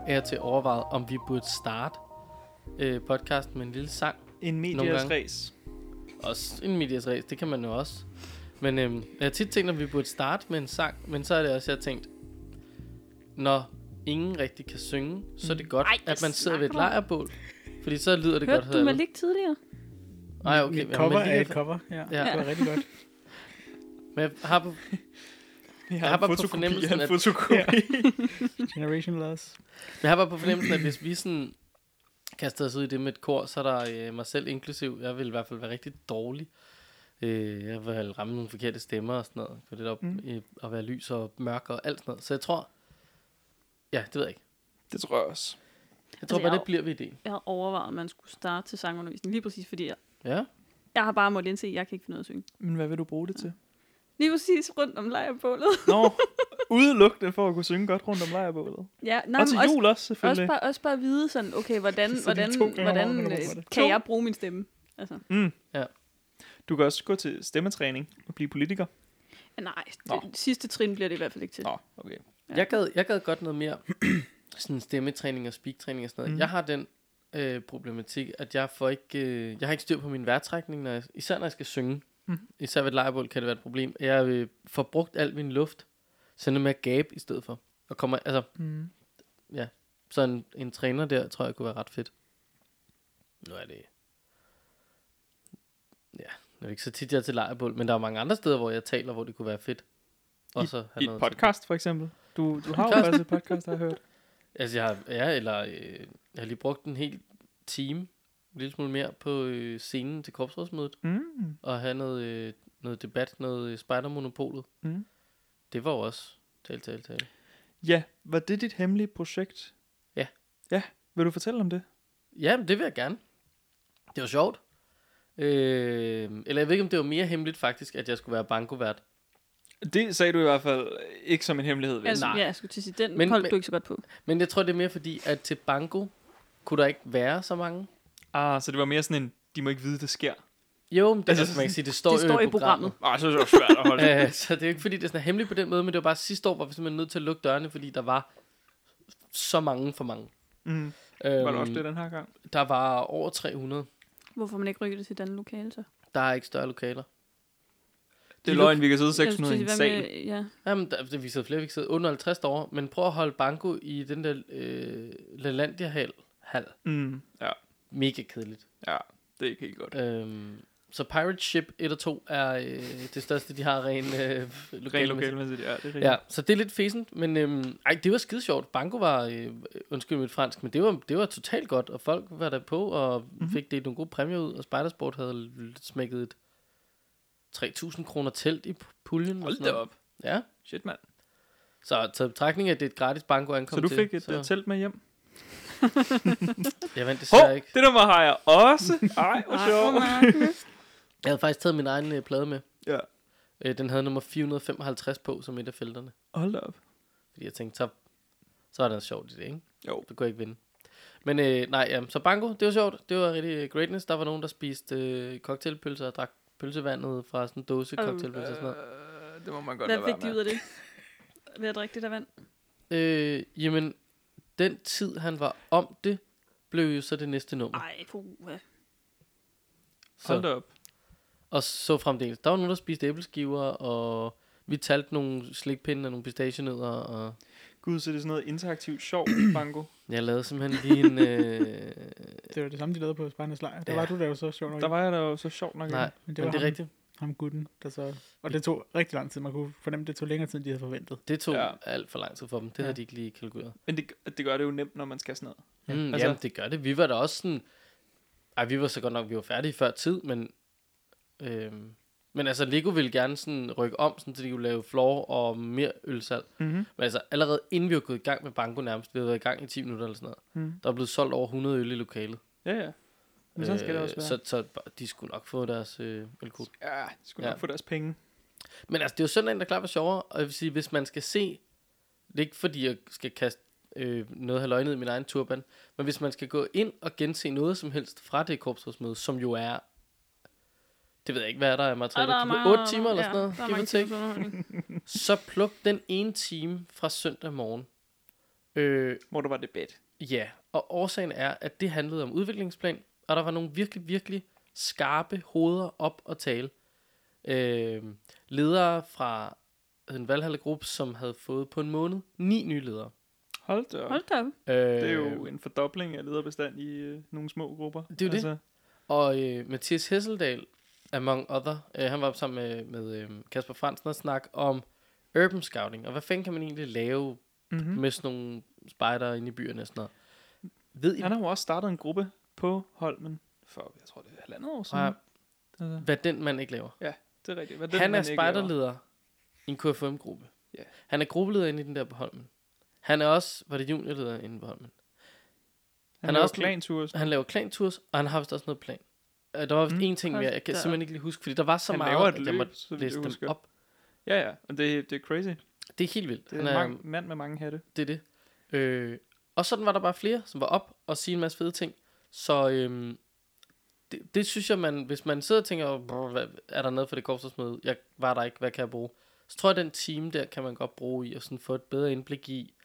af og til overvejet, om vi burde starte podcasten med en lille sang. En medias res. Også en medias res, det kan man jo også. Men jeg har tit tænkt, at vi burde starte med en sang, men så er det også, jeg har tænkt, når ingen rigtig kan synge, så er det godt, at man sidder ved et lejrbål. Fordi så lyder det godt. Hørte du Malik tidligere? Nej, okay. Mit cover er et cover, ja. Det var rigtig godt. Men jeg har bare på fornemmelsen, at Generation Loss. jeg har bare på fornemmelsen, at hvis vi sådan kaster os ud i det med et kor, så er der mig selv inklusiv. Jeg vil i hvert fald være rigtig dårlig. Jeg vil ramme nogle forkerte stemmer og sådan noget. For det op at være lys og mørk og alt sådan noget. Så jeg tror, ja, det ved jeg ikke. Det tror jeg også. Jeg tror bare, det bliver ved ideen. Jeg havde overvejet, at man skulle starte til sangundervisning. Lige præcis fordi Ja. jeg har bare måttet indse, at jeg kan ikke finde noget at synge. Men hvad vil du bruge det til? Lige præcis rundt om lejrbålet. Nå, udelukkende for at kunne synge godt rundt om lejrbålet. Ja, nej, og til jul også, selvfølgelig. Også bare vide sådan, okay, hvordan kan jeg bruge min stemme? Altså. Ja. Du kan også gå til stemmetræning og blive politiker. Ja, nej, det sidste trin bliver det i hvert fald ikke til. Nå, okay. Ja. Jeg gad godt noget mere sådan stemmetræning og speaktræning og sådan noget. Jeg har den problematik, at jeg har ikke styr på min vejrtrækning, især når jeg skal synge. Især ved et lejrbål kan det være et problem. Jeg får brugt al min luft, så med at gabe i stedet for. Og kommer, altså, ja. Så en træner der, tror jeg kunne være ret fedt. Nu er det, ja, det er ikke så tit, jeg er til lejrbål, men der er mange andre steder, hvor jeg taler, hvor det kunne være fedt. Også I et podcast, for eksempel. Du har jo faktisk et podcast, har jeg hørt. Altså, jeg har lige brugt en hel time, en lille smule mere på scenen til korpsrådsmødet, og have noget debat, noget Spider-Monopolet. Det var jo også tale. Ja, var det dit hemmelige projekt? Ja. Ja, vil du fortælle om det? Ja, det vil jeg gerne. Det var sjovt. Eller jeg ved ikke, om det var mere hemmeligt faktisk, at jeg skulle være bankovært. Det sagde du i hvert fald ikke som en hemmelighed. Altså, ja, jeg skulle til at sige, den holdt du ikke så godt på. Men jeg tror, det er mere fordi, at til banko kunne der ikke være så mange. Så det var mere sådan en, de må ikke vide, det sker. Jo, men man kan sige, det står i programmet. Så er det også svært at holde. Så det er ikke fordi, det er sådan hemmeligt på den måde, men det var bare sidste år, hvor vi simpelthen nødt til at lukke dørene, fordi der var så mange for mange. Var det også det den her gang? Der var over 300. Hvorfor man ikke rykker det til et andet lokale så? Der er ikke større lokaler. Det er løgn, vi kan sidde 600 i en sal. Ja. Jamen, vi sidder flere, vi kan sidde under 50 år, men prøv at holde banko i den der LaLandia-hal. Ja. Mega kedeligt. Ja, det er ikke helt godt. Så Pirate Ship 1 og 2 er det største, de har rent lokalmæssigt. Ja, det er rigtigt. Ja, så det er lidt fæsent, men det var skide sjovt. Banko var, undskyld mit fransk, men det var totalt godt, og folk var der på, og fik det nogle gode præmier ud, og Spidersport havde smækket et 3.000 kroner telt i puljen. Hold da op. Ja. Shit, mand. Så betragtning af, at det er et gratis banko ankom til. Så du fik et telt med hjem? Jeg vandt desværre ikke. Det nummer har jeg også. Ej, hvor sjovt. Jeg havde faktisk taget min egen plade med. Ja. Den havde nummer 455 på, som et af felterne. Hold da op. Fordi jeg tænkte, så var det noget sjovt i det, ikke? Jo. Det kunne jeg ikke vinde. Men så banko, det var sjovt. Det var rigtig greatness. Der var nogen, der spiste cocktailpølser og drak pølsevandet fra sådan en dåse cocktailpølser og sådan noget. Det må man godt lade være med. Hvad fik de ud af det? Ved at drikke det der vand? Jamen, den tid han var om det, blev jo så det næste nummer. Ej, puha. Hold da op. Og så fremdeles. Der var nogen, der spiste æbleskiver, og vi talte nogle slikpinde og nogle pistachienødder. Og Gud, så det er sådan noget interaktivt sjov, banko. Jeg lavede simpelthen lige en... Det var det samme, de lavede på Spejdernes Lejr. Der var du der jo så sjov nok. Der var jeg der jo så sjov nok. Nej, men det er rigtigt. Ham gutten, der så... Og det tog rigtig lang tid. Man kunne fornemme, det tog længere tid, end de havde forventet. Det tog alt for lang tid for dem. Det havde de ikke lige kalkuleret. Men det gør det jo nemt, når man skal sådan noget. Jamen, det gør det. Vi var da også sådan... vi var så godt nok, vi var færdige før tid, men... Men altså, Lego ville gerne sådan rykke om, sådan, så de kunne lave floor og mere ølsalg. Men altså, allerede inden vi var gået i gang med banko nærmest, vi havde været i gang i 10 minutter eller sådan noget, der er blevet solgt over 100 øl i lokalet. Ja. Men sådan skal det også være. Så de skulle nok få deres ølkode. Ja, de skulle nok få deres penge. Men altså, det er jo søndagen, der klart var sjovere, og jeg vil sige, hvis man skal se, det er ikke fordi, jeg skal kaste noget halvøj ned i min egen turban, men hvis man skal gå ind og gense noget som helst fra det korpsrådsmøde, som jo er, det ved jeg ikke, hvad der er materiale, 8 timer eller sådan noget, så pluk den ene time fra søndag morgen, Hvor der var debat. Ja, og årsagen er, at det handlede om udviklingsplan, og der var nogle virkelig, virkelig skarpe hoveder op at tale. Ledere fra en Valhalla-gruppe, som havde fået på en måned 9 nye ledere. Hold da op. Hold da op. Det er jo en fordobling af lederbestand i nogle små grupper. Det er jo det. Og Mathias Hesseldal, among other, han var op sammen med Kasper Fransen og snak om urban scouting, og hvad fanden kan man egentlig lave med sådan nogle spejdere inde i byerne og sådan noget. Ved I, Han har jo også startet en gruppe på Holmen for, jeg tror det er 1,5 år siden. hvad den mand ikke laver? Ja, det er rigtigt. Han er spejderleder i en KFM-gruppe. Ja. Han er gruppeleder inde i den der på Holmen. Han er også, var det juniorleder inde på Holmen. Han laver klantours. Han laver klantours, og han har vist også noget plan. Der var vist en ting mere, jeg kan simpelthen ikke lige huske, fordi der var så meget, at jeg måtte læse dem op. Ja, og det er crazy. Det er helt vildt. Det er en mand med mange hatte. Det er det. Og sådan var der bare flere, som var op og sige en masse fede ting. Så det synes jeg, hvis man sidder og tænker, er der noget for det korpsrådsmøde? Jeg var der ikke, hvad kan jeg bruge? Så tror jeg, den team der kan man godt bruge i, og sådan få et bedre indblik i,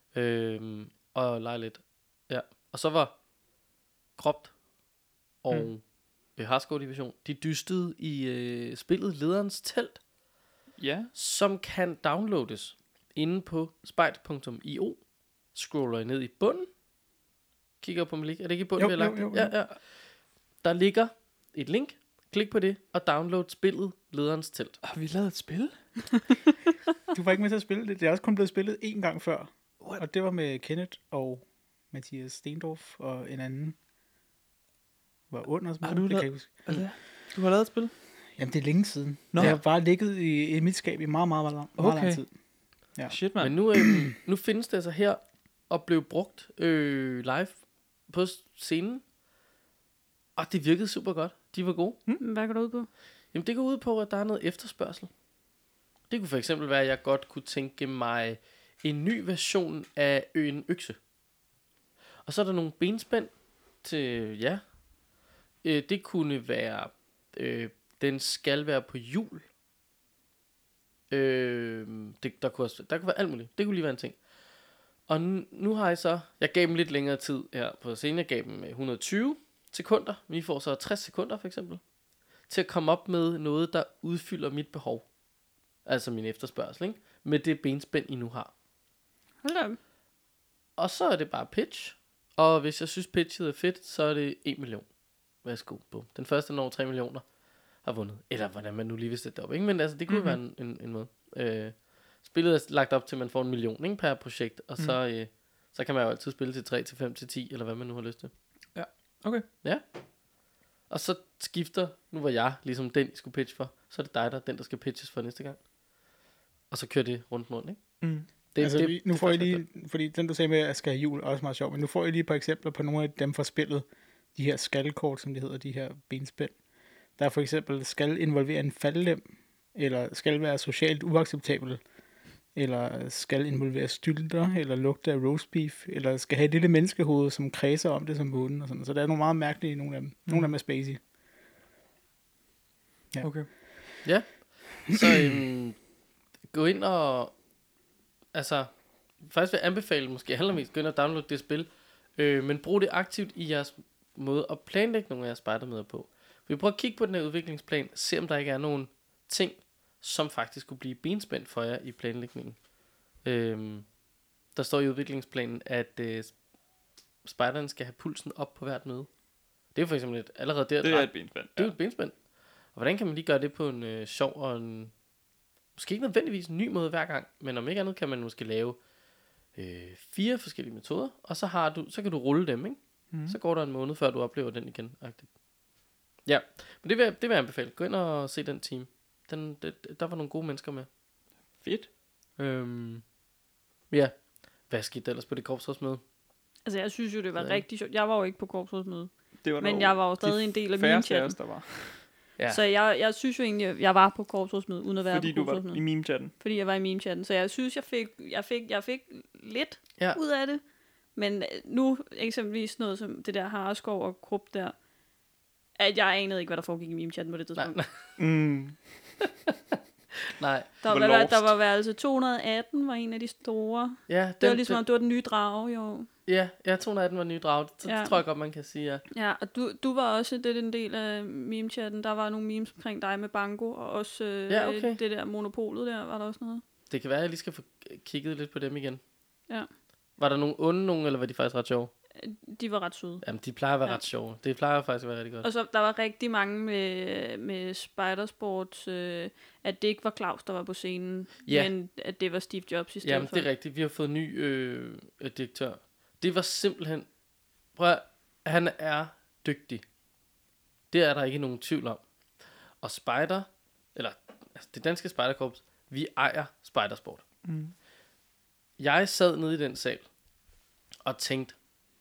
og lege lidt. Ja. Og så var Kropt og Hardcore Division, de dystede i spillet Lederens Telt, som kan downloades inde på spejt.io. Scroller I ned i bunden, kigger på Malik. Er det ikke i bunden, vi har lagt? Jo. Ja. Der ligger et link. Klik på det, og download spillet Lederens Telt. Har vi lavet et spil? Du var ikke med til at spille det. Det er også kun blevet spillet én gang før. What? Og det var med Kenneth og Mathias Stendorf og en anden. Var under sådan noget. Har du lavet? Du har lavet et spil? Jamen, det er længe siden. Nå. Det har bare ligget i mit skab i meget lang tid. Ja. Shit, man. Men nu findes det altså her, og blev brugt live på scenen. Og det virkede super godt. De var gode. Hvad går du ud på? Jamen, det går ud på, at der er noget efterspørgsel. Det kunne for eksempel være, at jeg godt kunne tænke mig en ny version af Øen Økse. Og så er der nogle benspænd til, det kunne være, den skal være på hjul. Der kunne være alt muligt. Det kunne lige være en ting. Og nu har jeg så, jeg gav dem lidt længere tid her på scenen. Jeg gav dem 120 sekunder. Men I får så 60 sekunder for eksempel. Til at komme op med noget, der udfylder mit behov. Altså min efterspørgsel, ikke? Med det benspænd, I nu har. Hold da. Og så er det bare pitch. Og hvis jeg synes pitchet er fedt, så er det 1 million. Værsgo. Boom. Den første, når 3 millioner, har vundet. Eller hvordan man nu lige vil sætte det op, ikke? Men altså, det kunne være en måde. Spillet er lagt op til, at man får 1 million, ikke, per projekt. Og så kan man jo altid spille til 3, til 5, til 10, eller hvad man nu har lyst til. Ja, okay. Ja. Og så skifter, nu var jeg ligesom den, I skulle pitch for. Så er det dig, den der skal pitches for næste gang. Og så kører det rundt, ikke? Nu får I lige, fordi den du sagde med, at skal have jul, er også meget sjovt, men nu får I lige et par eksempler på nogle af dem fra spillet. De her skalkort, som de hedder, de her benspænd. Der er for eksempel, skal involvere en faldlem, eller skal være socialt uacceptabel, eller skal involvere stylter, eller lugte af roast beef, eller skal have et lille menneskehoved, som kredser om det som månen, og sådan. Så der er nogle meget mærkelige, nogle af dem. Nogle af dem er spacey. Ja. Okay. Ja. Så gå ind og, altså, faktisk vil jeg anbefale måske allermest, gå ind og downloade det spil, men brug det aktivt i jeres måde at planlægge nogle af jeres spejdermøder på. Vi prøver at kigge på den her udviklingsplan, se om der ikke er nogen ting, som faktisk kunne blive benspændt for jer i planlægningen. Der står i udviklingsplanen, at spejderne skal have pulsen op på hvert møde. Det er for eksempel allerede der. Det er et benspænd. Det er et benspænd. Og hvordan kan man lige gøre det på en sjov og en, måske ikke nødvendigvis en ny måde hver gang, men om ikke andet kan man måske lave 4 forskellige metoder, og så kan du rulle dem, ikke? Så går der en måned, før du oplever den igen. Ja, men det vil jeg anbefale. Gå ind og se den team. Der var nogle gode mennesker med. Fedt. Ja. Hvad skete der ellers på det korpsrådsmøde? Altså, jeg synes jo, det var rigtig sjovt. Jeg var jo ikke på korpsrådsmøde. Men jeg var jo stadig en del af meme-chatten. Der var. Ja. Så jeg synes jo egentlig, at jeg var på korpsrådsmøde, uden at være fordi på korpsrådsmøde. Fordi du var i meme-chatten. Fordi jeg var i meme-chatten. Så jeg synes, jeg fik lidt ud af det. Men nu eksempelvis noget som det der Harskov og Krupp der, at jeg anede ikke, hvad der foregik i meme-chatten på det tidspunkt. Nej. Der var værelse 218, var en af de store. Ja, det var ligesom, om det var den nye drage, jo. Ja, 218 var den nye drage. Det tror jeg godt, man kan sige, ja. Ja, og du var også en del af meme-chatten. Der var nogle memes omkring dig med Bango, og også det der monopolet der, var der også noget. Det kan være, at jeg lige skal få kigget lidt på dem igen. Ja. Var der nogle onde nogen, eller var de faktisk ret sjove? De var ret søde. Jamen, de plejer at være ret sjove. Det plejer faktisk at være rigtig godt. Og så der var rigtig mange med Spidersport, at det ikke var Claus, der var på scenen, men at det var Steve Jobs i stedet for. Jamen, det er rigtigt. Vi har fået en ny direktør. Det var simpelthen... Prøv at, han er dygtig. Det er der ikke nogen tvivl om. Og det danske Spejderkorps, vi ejer Spidersport. Mm. Jeg sad nede i den sal og tænkte,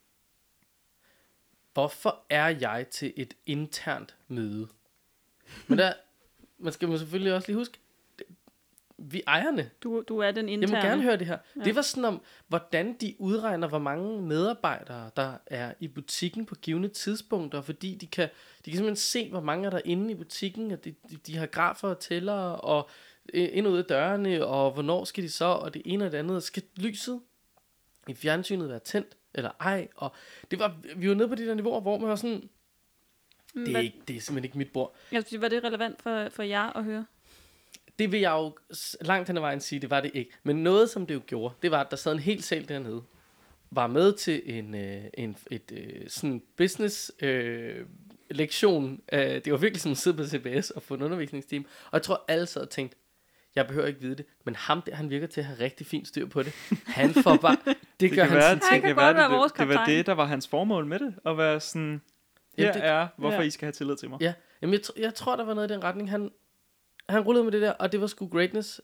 hvorfor er jeg til et internt møde? Men man skal selvfølgelig også lige huske, vi ejerne. Du er den interne. Jeg må gerne høre det her. Ja. Det var sådan om, hvordan de udregner, hvor mange medarbejdere, der er i butikken på givne tidspunkter, fordi de kan simpelthen se, hvor mange er der inde i butikken, og de har grafer og tæller, og ind og ud af dørene, og hvornår skal de så, og det ene og det andet. Skal lyset i fjernsynet være tændt, eller ej? Og vi var nede på de der niveauer, hvor man var sådan, det er simpelthen ikke mit bord. Altså, var det relevant for jer at høre? Det vil jeg jo langt hen ad vejen sige, det var det ikke. Men noget, som det jo gjorde, det var, at der sad en hel sal dernede, var med til et sådan business lektion. Det var virkelig som at sidde på CBS og få en undervisningsteam. Og jeg tror, alle sad og tænkte, jeg behøver ikke vide det, men ham der, han virker til at have rigtig fint styr på det. Han får bare, det gør han sin ting. Det var det, der var hans formål med det, at være sådan, hvorfor I skal have tillid til mig. Ja, jamen jeg tror, der var noget i den retning, han rullede med det der, og det var sgu greatness.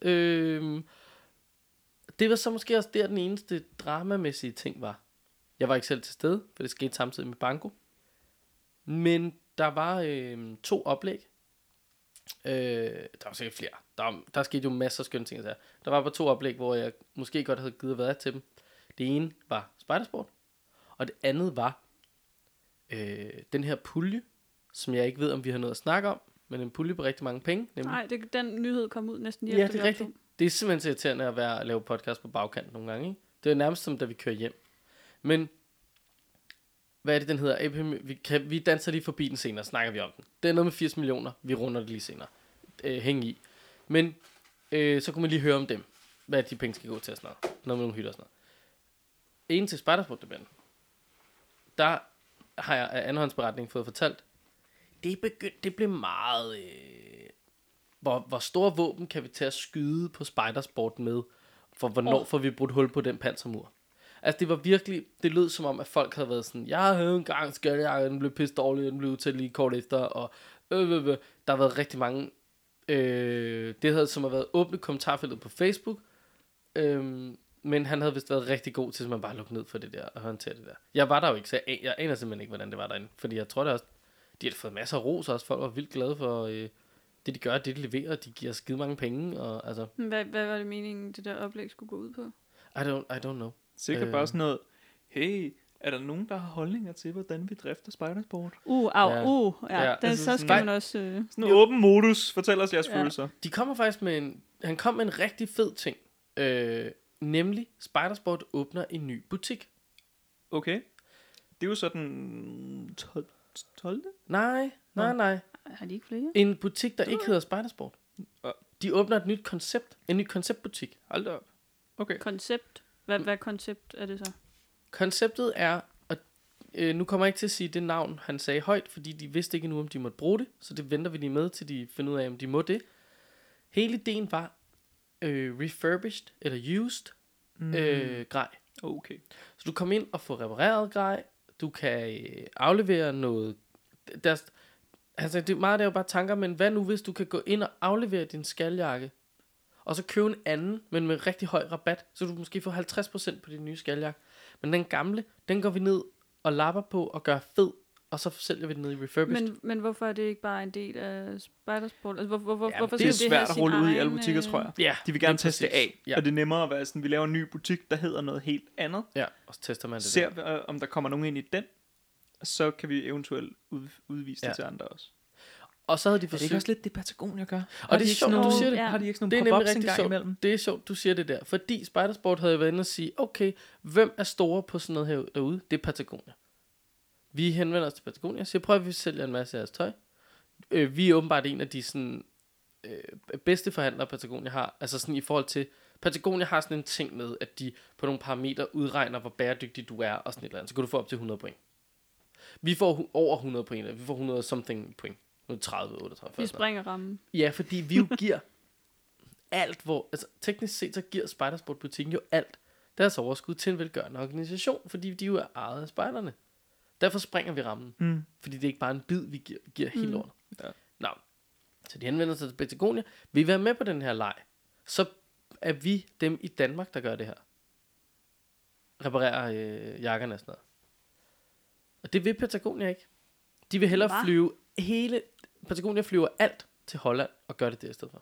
Det var så måske også der, den eneste dramamæssige ting var. Jeg var ikke selv til stede, for det skete samtidig med Banco. Men der var 2 oplæg. Der var sikkert flere. Der skete jo masser af skønne ting. Der var bare 2 oplæg, hvor jeg måske godt havde givet været til dem. Det ene var Spidersport, og det andet var den her pulje, som jeg ikke ved, om vi har noget at snakke om, men en pulje på rigtig mange penge. Nej, den nyhed kom ud næsten lige efter. Ja, det er rigtigt. Det er simpelthen så irriterende at lave podcast på bagkant nogle gange. Ikke? Det er nærmest som, da vi kører hjem. Men hvad er det, den hedder? Vi danser lige forbi den senere, snakker vi om den. Det er noget med 80 millioner. Vi runder det lige senere. Hæng i. Men så kunne man lige høre om dem. Hvad de penge skal gå til og sådan noget. Noget med nogle hytter og sådan noget. En til Spidersport-debatten. Der har jeg af andenhåndsberetning fået fortalt, det blev meget... Hvor store våben kan vi til at skyde på Spidersport med? For hvornår får vi brudt hul på den pansermur? Altså det var virkelig... Det lød som om, at folk havde været sådan, jeg havde engang skattejakke, den blev pisse dårlig, den blev udtalt lige kort efter, og der har været rigtig mange... det havde som at været åbne kommentarfeltet på Facebook, men han havde vist været rigtig god til, at man bare lukke ned for det der og håndtere det der. Jeg var der jo ikke, så jeg aner simpelthen ikke, hvordan det var derinde. Fordi jeg tror det også, de har fået masser af ros også. Folk var vildt glade for det, de gør, det de leverer. De giver skide mange penge. Og, altså. Hvad var det meningen, det der oplæg skulle gå ud på? I don't know. Sikkert bare sådan noget, hey, er der nogen, der har holdninger til, hvordan vi drifter Spidersport? Så skal man også... Sådan en åben modus, fortæl os jeres følelser. De kommer faktisk med han kom med en rigtig fed ting. Nemlig, Spidersport åbner en ny butik. Okay. Det er jo sådan 12. Nej. Har de ikke flere? En butik, der ikke hedder Spidersport. De åbner et nyt koncept. En ny konceptbutik. Hold op. Okay. Koncept? Hvad koncept er det så? Konceptet er, og nu kommer jeg ikke til at sige det navn, han sagde højt, fordi de vidste ikke nu, om de måtte bruge det. Så det venter vi lige med, til de finder ud af, om de må det. Hele ideen var refurbished eller used grej. Okay. Så du kommer ind og får repareret grej. Du kan aflevere noget. Altså det er meget, der er jo bare tanker, men hvad nu hvis du kan gå ind og aflevere din skaljakke, og så købe en anden, men med rigtig høj rabat, så du måske får 50% på din nye skaljakke. Men den gamle, den går vi ned og lapper på og gør fed, og så sælger vi den ned i refurbished. Men hvorfor er det ikke bare en del af Spidersport? Altså, hvorfor det er svært at rulle ud i alle butikker, tror jeg. Ja, de vil gerne teste det af, og det er nemmere at være sådan, vi laver en ny butik, der hedder noget helt andet. Ja, og så tester man det. Ser om der kommer nogen ind i den, så kan vi eventuelt udvise det til andre også. Og så havde de Det er forsøgt... ikke også lidt det Patagonia gør? Og det er sjovt, du siger det. Har de ikke sådan Det er nogle nemlig pop-ups en rigtig gang sjovt. imellem? Det er sjovt, du siger det der. Fordi Spidersport havde været inde og sige, okay, hvem er store på sådan noget her derude? Det er Patagonia. Vi henvender os til Patagonia og siger, prøv at vi sælger en masse af jeres tøj. Vi er åbenbart en af de sådan, bedste forhandlere, Patagonia har. Altså sådan i forhold til, Patagonia har sådan en ting med, at de på nogle parametre udregner, hvor bæredygtig du er, og sådan et eller andet. Så kan du få op til 100 point. Vi får over 100 point, vi får 100 something point. 30, 38, 40. Vi springer rammen. Ja, fordi vi jo giver alt, hvor... Altså, teknisk set, så giver Spidersport-butikken jo alt deres overskud til en velgørende organisation, fordi de jo er ejet af spejderne. Derfor springer vi rammen. Fordi det er ikke bare en bid, vi giver helt lortet. Ja. Nå, så de henvender sig til Patagonia. Vil I være med på den her leg? Så er vi dem i Danmark, der gør det her. Reparerer jakkerne og sådan noget. Og det vil Patagonia ikke. De vil hellere flyve hele... Patagonia flyver alt til Holland og gør det der i stedet for.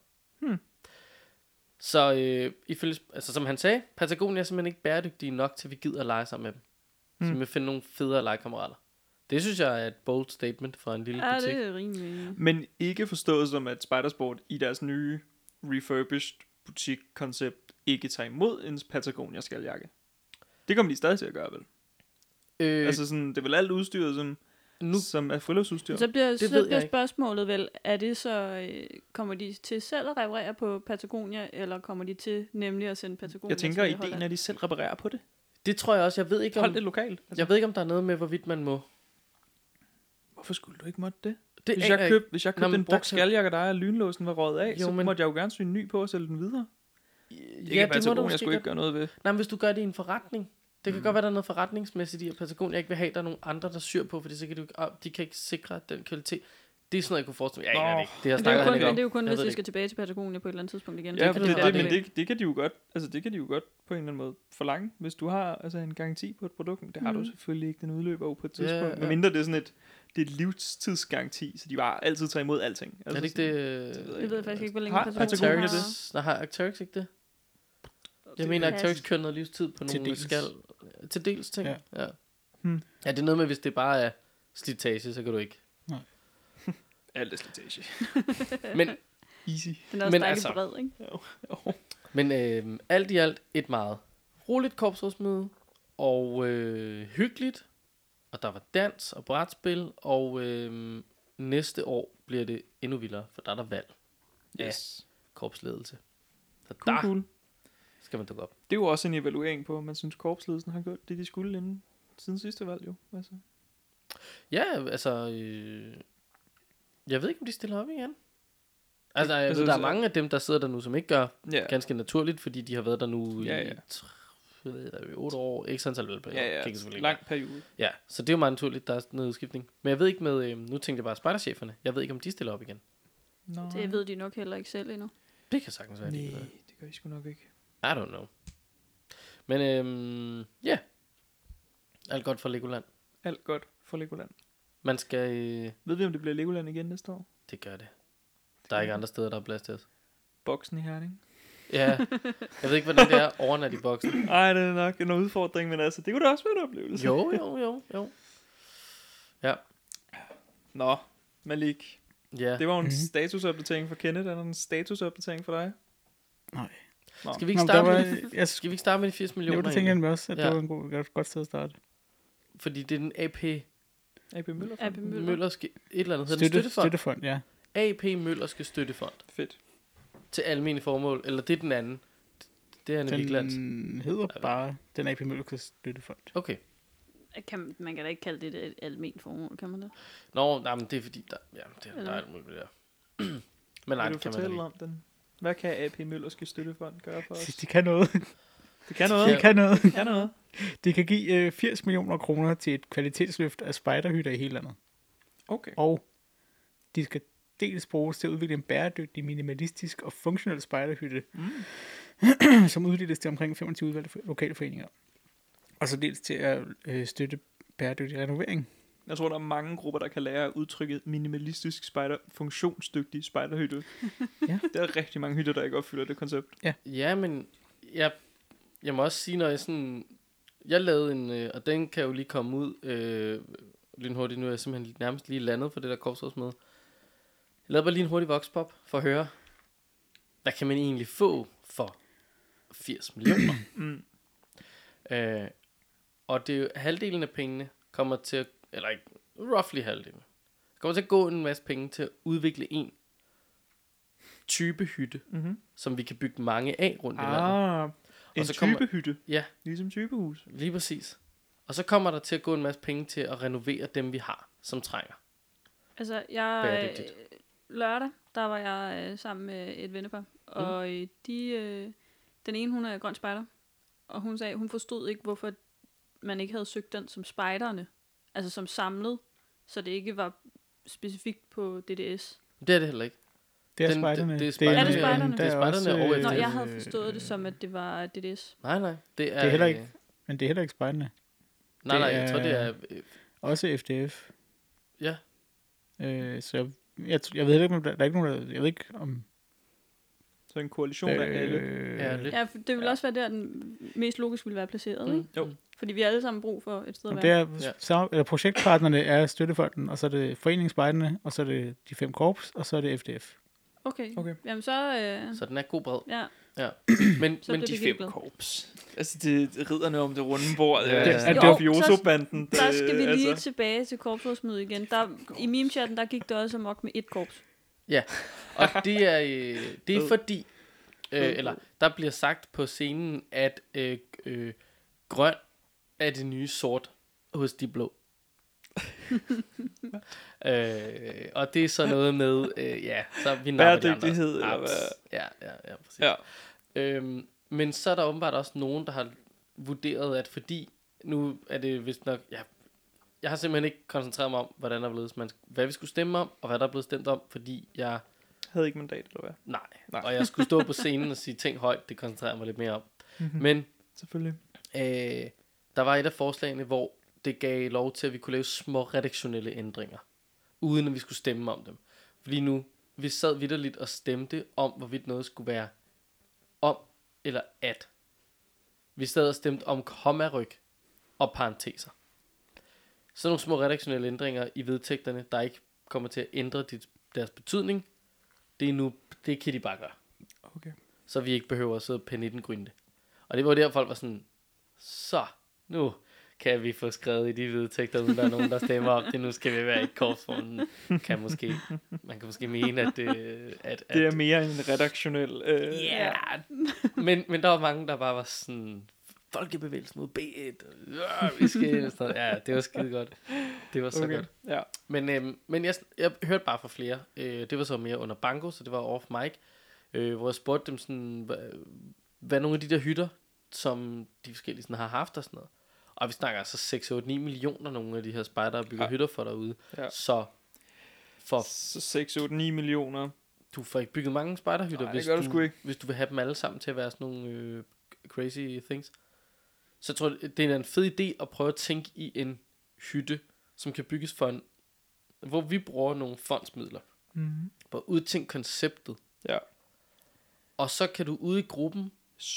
Så ifølge, altså som han sagde, Patagonia er simpelthen ikke bæredygtige nok til, at vi gider at lege sammen med dem. Så vi vil finde nogle federe legekammerater. Det synes jeg er et bold statement fra en lille butik. Ja, det er rimelig. Men ikke forstået som, at Spidersport i deres nye refurbished butik-koncept ikke tager imod en Patagonia skaljakke. Det kommer de stadig til at gøre, vel? Altså sådan, det er vel alt udstyret, som er friluftsudstyr. Så bliver spørgsmålet vel, er det så, kommer de til selv at reparere på Patagonia, eller kommer de til nemlig at sende Patagonia? Jeg tænker, ideen er, at de selv reparerer på det. Det tror jeg også. Jeg ved ikke Hold det lokalt. Altså. Jeg ved ikke, om der er noget med, hvorvidt man må. Hvorfor skulle du ikke måtte det? Det Hvis jeg købte en brugt skaljakke, der er lynlåsen var røget af, så måtte jeg jo gerne sy en ny på og sælge den videre. Ja, det må du jeg skulle ikke gøre noget ved. Nej, men hvis du gør det i en forretning. Det kan godt være, der er noget forretningsmæssigt i, at Patagonia ikke vil have, der er nogle andre, der syr på, fordi så kan de kan ikke sikre den kvalitet. Det er sådan noget, jeg kunne forestille mig. Jeg ikke. Det er jo kun, hvis de skal tilbage til Patagonia på et eller andet tidspunkt igen. Ja, det kan de jo godt. Altså, det kan de jo godt på en eller anden måde forlange. Hvis du har altså en garanti på et produkt, det har du selvfølgelig ikke, den udløber på et tidspunkt. Men mindre det er sådan et livstidsgaranti, så de bare altid tager imod alting. Altså, er det ikke det? Jeg ved faktisk ikke, hvor længe Patagonia det. Nej, har Arc'teryx ikke det? Jeg mener, Arc'teryx kører noget livstid på nogle til dels ting. Ja. Ja, det er noget med, hvis det bare er slitage, så kan du ikke. Nej. Alt er slitage. Men easy. Den er også dejligt bred, ikke? Jo. Men alt i alt et meget roligt korpsrådsmøde, og hyggeligt, og der var dans og brætspil, og næste år bliver det endnu vildere, for der er der valg af korpsledelse. Så cool. Skal man dukke op. Det er jo også en evaluering på, man synes korpsledelsen har gjort det, de skulle inden siden sidste valg jo. Altså. Ja, altså jeg ved ikke, om de stiller op igen. Altså, jeg ved, der er mange af dem, der sidder der nu, som ikke gør ganske naturligt, fordi de har været der nu i 8 år, ikke sådan selv. Lang periode. Ja, så det er jo meget naturligt, der er noget udskiftning. Men jeg ved ikke med, nu tænkte jeg bare spejdercheferne, jeg ved ikke, om de stiller op igen. No. Det ved de nok heller ikke selv endnu. Det kan sagtens være. Nej, det gør de sgu nok ikke. I don't know. Men ja, alt godt for Legoland. Alt godt for Legoland. Man skal... Ved vi, om det bliver Legoland igen næste år? Det gør det. Der er ikke andre steder, der er plads til os. Boksen i Herning. Ja, jeg ved ikke, hvordan det er overnat i boksen. Nej, det er nok en udfordring, men altså, det kunne da også være en oplevelse. Jo. Ja. Nå, Malik. Ja. Det var en statusopdatering for Kenneth. Er der en statusopdatering for dig? Nej. Skal vi ikke starte med de 80 millioner? Jo, det tænker jeg også, at det var en godt sted at starte. Fordi det er den AP Møllerske et eller andet. Støttefond, ja. AP Møllerske Støttefond. Fedt. Til almene formål. Eller det er den anden. Det er Anne Viglands. Den hedder bare den AP Møllerske Støttefond. Okay. Man kan da ikke kalde det et alment formål, kan man det? Nå, nej, men det er fordi, der er alt muligt der. Men nej, det kan man fortælle om den? Hvad kan AP Møllerske Støttefond gøre for os? De kan noget. Det kan noget. De kan give 80 millioner kroner til et kvalitetsløft af spejderhytter i hele landet. Okay. Og de skal dels bruges til at udvikle en bæredygtig, minimalistisk og funktionel spejderhytte, som uddeles til omkring 25 udvalgte lokale foreninger. Og så dels til at støtte bæredygtig renovering. Jeg tror, der er mange grupper, der kan lære udtrykket minimalistisk spejder, funktionsdygtig spejderhytte. Ja. Der er rigtig mange hytter, der ikke opfylder det koncept. Ja, men jeg må også sige, når jeg sådan... Jeg lavede en... og den kan jo lige komme ud lynhurtigt. Nu er jeg simpelthen nærmest lige landet for det der korpsrådsmøde. lavede bare lige en hurtig voxpop for at høre, hvad kan man egentlig få for 80 millioner? Og det er jo, halvdelen af pengene kommer til at, eller ikke, roughly halvdelen, kommer til at gå en masse penge til at udvikle en type hytte, som vi kan bygge mange af rundt i landet. En type hytte? Ja. Ligesom typehus? Lige præcis. Og så kommer der til at gå en masse penge til at renovere dem, vi har, som trænger. Altså, lørdag, der var jeg sammen med et vennepar, og den ene, hun er grøn spejder, og hun sagde, hun forstod ikke, hvorfor man ikke havde søgt den som spejderne, altså som samlet, så det ikke var specifikt på DDS. Det er det heller ikke. Det er spejderne. Det er spejderne. Det er spejderne over Nå, jeg havde forstået det som, at det var DDS. Nej. Det er heller ikke, men det er heller ikke spejderne. Nej, jeg tror, det er... Også FDF. Ja. Så jeg ved ikke, om der er ikke nogen, jeg ved ikke om... Så en koalition af alle. Ja, det vil også være der, den mest logisk ville være placeret, ikke? Jo. Fordi vi har alle sammen brug for et sted at være. Eller projektpartnerne er Støttefonden, og så er det Foreningsspejderne, og så er det de 5 korps, og så er det FDF. Okay. Jamen så... Så den er god bred. Ja. Men de 5 korps. Altså, det ridderne om det runde bord. Ja. Det er Fioso-banden. Der skal vi lige tilbage til korpsrådsmødet igen. I meme-chatten, der gik det også amok med 1 korps. Ja, og det er fordi, eller der bliver sagt på scenen, at grøn er det nye sort hos de blå. Og det er så noget med, så vi bæredygtighed, eller hvad? Ja, præcis. Ja. Men så er der åbenbart også nogen, der har vurderet, at fordi, nu er det vist nok, jeg har simpelthen ikke koncentreret mig om, hvordan der er blevet, hvad vi skulle stemme om, og hvad der er blevet stemt om, fordi jeg havde ikke mandat, eller hvad? Nej. Og jeg skulle stå på scenen og sige ting højt, det koncentrerer jeg mig lidt mere om. Men selvfølgelig. Der var et af forslagene, hvor det gav lov til, at vi kunne lave små redaktionelle ændringer, uden at vi skulle stemme om dem. Fordi nu, vi sad vitterligt og stemte om, hvorvidt noget skulle være om eller at. Vi sad og stemte om kommaryg og parenteser. Så nogle små redaktionelle ændringer i vedtægterne, der ikke kommer til at ændre deres betydning, det kan de bare gøre. Okay. Så vi ikke behøver at sidde og penne i den grønne. Og det var der, folk var sådan, så nu kan vi få skrevet i de vedtægter, uden der er nogen, der stemmer om det. Nu skal vi være i korpsformen. Man kan måske mene, at det er mere en redaktionel... Men der var mange, der bare var sådan, folkebevægelsen mod B1. Vi skal ja, det var skide godt. Det var så godt. Ja. Men jeg hørte bare fra flere. Det var så mere under banko, så det var off mic. Hvor jeg spurgte dem sådan, hvad nogle af de der hytter, som de forskellige sådan har haft og sådan noget. Og vi snakker altså 6-8-9 millioner, nogle af de her spejdere bygger hytter for derude. Ja. Så 6-8-9 millioner. Du får ikke bygget mange spejderhytter, hvis du vil have dem alle sammen til at være sådan nogle crazy things. Så jeg tror, det er en fed idé at prøve at tænke i en hytte, som kan bygges for hvor vi bruger nogle fondsmidler. På at udtænke konceptet. Ja. Og så kan du ude i gruppen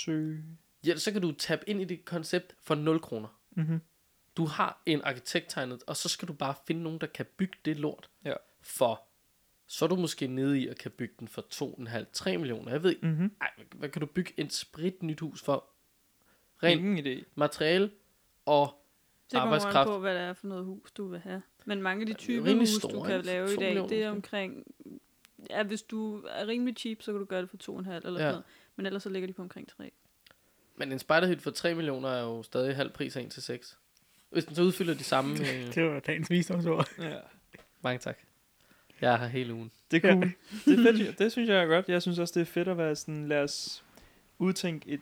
så kan du tabe ind i det koncept for 0 kroner. Du har en arkitekt tegnet, og så skal du bare finde nogen, der kan bygge det lort. Ja. For så er du måske nede i at kan bygge den for 2,5-3 millioner. Jeg ved ikke, hvad kan du bygge et sprit nyt hus for? Ingen idé. Materiale og arbejdskraft. Det kommer på, hvad det er for noget hus, du vil have. Men mange af de typer hus, du kan lave i dag, det er omkring... Ja, hvis du er rimelig cheap, så kan du gøre det for 2,5 eller sådan noget. Men ellers så ligger de på omkring 3. Men en spejderhytte for 3 millioner er jo stadig halv pris af 1-6. Hvis den så udfylder de samme... Det var dagens visdomsord. Ja. Mange tak. Jeg er her hele ugen. Det er cool. Det er fedt. Det synes jeg er godt. Jeg synes også, det er fedt at være sådan, lad os udtænke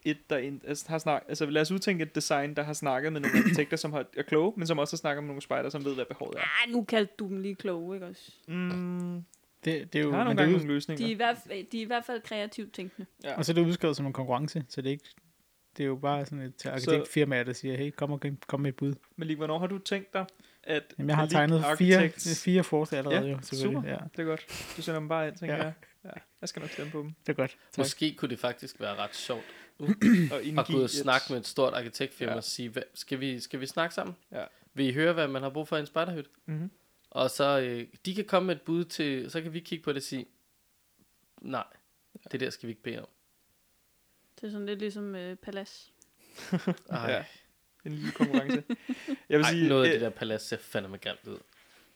lad os udtænke et design, der har snakket med nogle arkitekter, som er kloge, men som også har snakket med nogle spejdere, som ved, hvad behovet er. Nu kaldte du dem lige kloge, ikke også? Det er jo, har nogle gange nogle løsninger. De er i hvert fald kreativt tænkende. Ja. Og så er det udskrevet som en konkurrence, så det er jo bare sådan et arkitektfirma, der siger, hey, kom med et bud. Men lige, hvornår har du tænkt dig, at... Jamen, jeg har tegnet 4 forslag allerede. Ja, super. Ja. Det er godt. Du sender dem bare ind, tænker jeg. Ja, jeg skal nok stemme på dem. Det er godt. Tak. Måske kunne det faktisk være ret sjovt at gå ud og snakke med et stort arkitektfirma og sige, skal vi snakke sammen? Ja. Vil I høre, hvad man har brug for i en spejderhytte? Og så, de kan komme med et bud til, så kan vi kigge på det og sige, nej, det der skal vi ikke bede om. Det er sådan lidt ligesom Palace. Ja, en lille konkurrence. Jeg vil sige, noget af det der palads ser fandme grimt ud.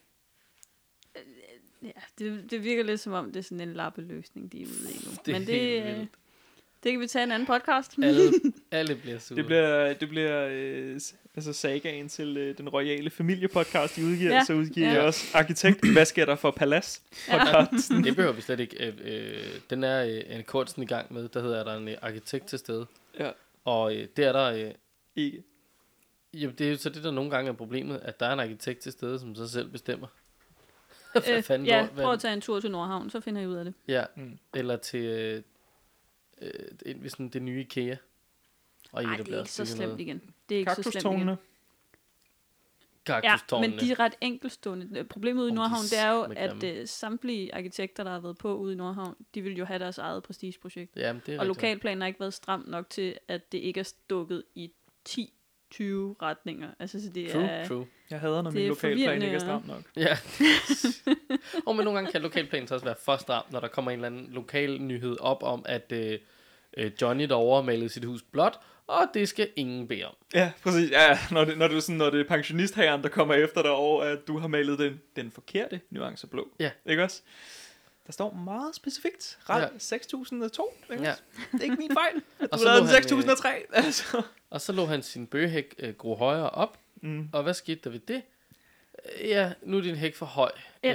Ja, det virker lidt som om, det er sådan en lappeløsning, de er ude i nu. Det Men det kan vi tage en anden podcast. Alle bliver sure. det bliver altså sagaen til den royale familiepodcast, de udgiver. Så udgiver jeg også arkitekt. Hvad sker der for palads? Det behøver vi slet ikke. Den er en kunsten i gang med. Der hedder der en arkitekt til stede. Ja. Og det er der... ikke. Jamen, det er jo så det, der nogle gange er problemet, at der er en arkitekt til stede, som så selv bestemmer. Prøv at tage en tur til Nordhavn, så finder I ud af det. Ja, eller til sådan det nye IKEA. Nej, det er ikke så slemt igen. Det er ikke så slemt igen. Ja, men de er ret enkeltstående. Problemet ude i Nordhavn, det er jo, at samtlige arkitekter, der har været på ude i Nordhavn, de vil jo have deres eget prestigeprojekt. Jamen, det er og lokalplanen har ikke været stram nok til, at det ikke er stukket i 10-20 retninger. Altså, så det true. Jeg hader, når min lokalplan ikke er stram nok. Ja. Men nogle gange kan lokalplanen så også være for stram, når der kommer en eller anden lokal nyhed op om, at Johnny derovre malede sit hus blåt, og det skal ingen bede om. Ja, præcis. Ja, når det er pensionistherren, der kommer efter dig over, at du har malet den forkerte nuance blå. Ja. Ikke også? Der står meget specifikt. 6002, ikke ja. Det er ikke min fejl, at du lavede den 6003. Altså. Og så lå han sin bøgehæk gro højere op. Og hvad skete der ved det? Ja, nu er din hæk for høj. Ja,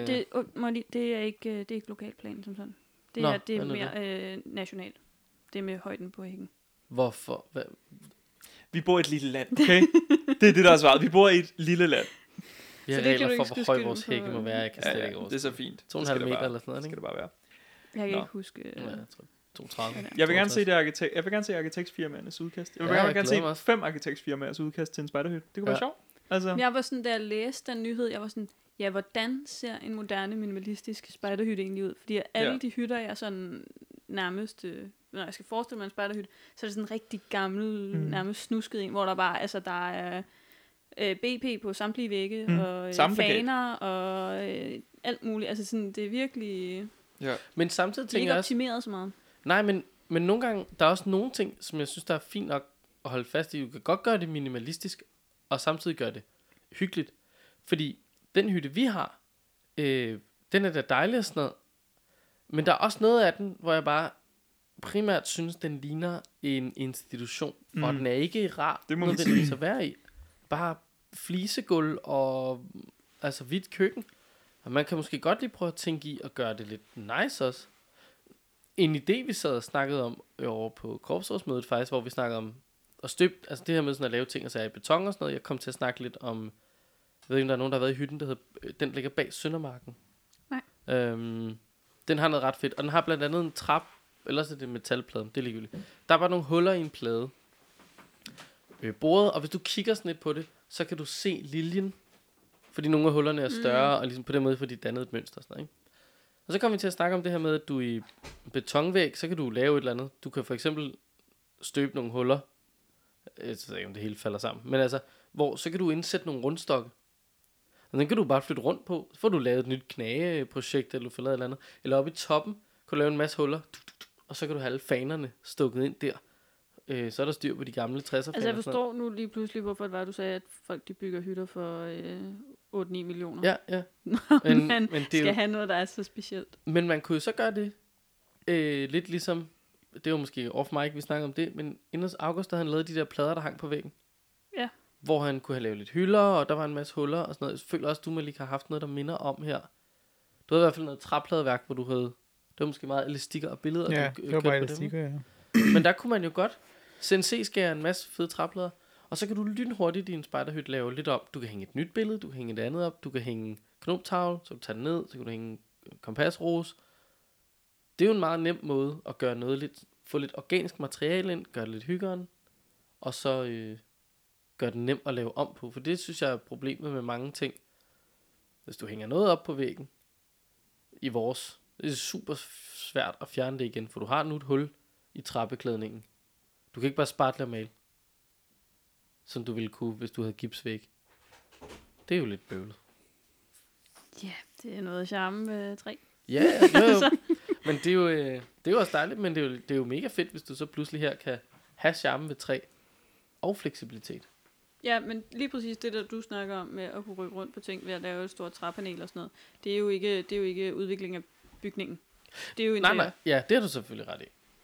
det er ikke lokalplanen som sådan. Det er mere nationalt. Det er med højden på hækken. Hvorfor? Vi bor i et lille land, okay? Det er det, der er svaret. Vi bor i et lille land. Vi har regler for, hvor høj vores hække må være. Jeg kan slet ikke det er så fint. 2,5 meter eller sådan noget, ikke? Skal det bare være. Jeg kan ikke huske... Ja, jeg tror 230. Jeg vil gerne se arkitektsfirmaernes udkast. Jeg vil gerne se 5 arkitektsfirmaers udkast til en spejderhytte. Det kunne være sjovt. Altså. Jeg var sådan, da jeg læste den nyhed, jeg var sådan, ja, hvordan ser en moderne minimalistisk spejderhytte egentlig ud? Fordi alle de hytter, jeg sådan nærmest, når jeg skal forestille mig en spejderhytte, så er det sådan en rigtig gammel, nærmest snusket en, hvor der bare, altså der er BP på samtlige vægge, og faner, og alt muligt. Altså sådan, det er virkelig... Ja. Men samtidig tænker jeg også... ikke optimeret så meget. Nej, men nogle gange, der er også nogle ting, som jeg synes, der er fint nok at holde fast i. Du kan godt gøre det minimalistisk, og samtidig gøre det hyggeligt. Fordi den hytte, vi har, den er da dejlig og sådan noget. Men der er også noget af den, hvor jeg bare primært synes, den ligner en institution. Og den er ikke rar nødvendigvis at være i. Bare flisegulv og altså hvidt køkken. Og man kan måske godt lige prøve at tænke i at gøre det lidt nice også. En idé, vi sad og snakkede om over på korpsrådsmødet faktisk, hvor vi snakkede om at støbe, altså det her med sådan at lave ting og sager i beton og sådan noget. Jeg kom til at snakke lidt om, jeg ved ikke, om der er nogen, der har været i hytten, der hedder, den ligger bag Søndermarken. Nej. Den har noget ret fedt, og den har blandt andet en trap, ellers er det metalplade, det er ligegyldigt. Der er bare nogle huller i en plade. Bordet, og hvis du kigger sådan lidt på det, så kan du se liljen, fordi nogle af hullerne er større, og ligesom på den måde, fordi de dannede et mønster og sådan noget, ikke? Og så kommer vi til at snakke om det her med, at du i betonvæg, så kan du lave et eller andet. Du kan for eksempel støbe nogle huller. Jeg ved ikke, om det hele falder sammen. Men altså, så kan du indsætte nogle rundstokke. Og den kan du bare flytte rundt på. Så får du lavet et nyt knageprojekt, eller du får lavet et eller andet. Eller oppe i toppen, kan du lave en masse huller. Og så kan du have alle fanerne stukket ind der. Så er der styr på de gamle 60'er. Altså jeg forstår nu lige pludselig, hvorfor det var, du sagde, at folk de bygger hytter for 8-9 millioner. Ja. men det skal jo have noget, der er så specielt. Men man kunne jo så gøre det lidt ligesom, det var måske off mic, vi snakkede om det, men inden August, der han lavet de der plader, der hang på væggen. Ja. Hvor han kunne have lavet lidt hylder, og der var en masse huller og sådan noget. Jeg føler også, du Malik har haft noget, der minder om her. Du havde i hvert fald noget træpladerværk, hvor du havde, det var måske meget elastikker og billeder. Ja, det var bare elastikker, ja. Men der kunne man jo godt CNC-skære en masse fede træplader, og så kan du lynhurtigt i din spejderhytte lave lidt op. Du kan hænge et nyt billede, du kan hænge et andet op, du kan hænge knoptavle, så kan du tage den ned, så kan du hænge kompasrose. Det er jo en meget nem måde at gøre noget lidt, få lidt organisk materiale ind, gøre det lidt hyggeren, og så gøre det nemt at lave om på. For det synes jeg er problemet med mange ting. Hvis du hænger noget op på væggen i vores, det er super svært at fjerne det igen, for du har nu et hul i trappeklædningen. Du kan ikke bare spartle og male, som du ville kunne, hvis du havde gipsvæg. Det er jo lidt bøvlet. Det er noget charme med 3. Ja, jo. Men det er jo også dejligt, men det er jo mega fedt, hvis du så pludselig her kan have charme ved 3 og fleksibilitet. Ja, men lige præcis det, der du snakker om med at kunne rykke rundt på ting ved at lave et stort træpanel og sådan noget, det er jo ikke udvikling af bygningen. Det er jo Nej, ja, det har du selvfølgelig ret i.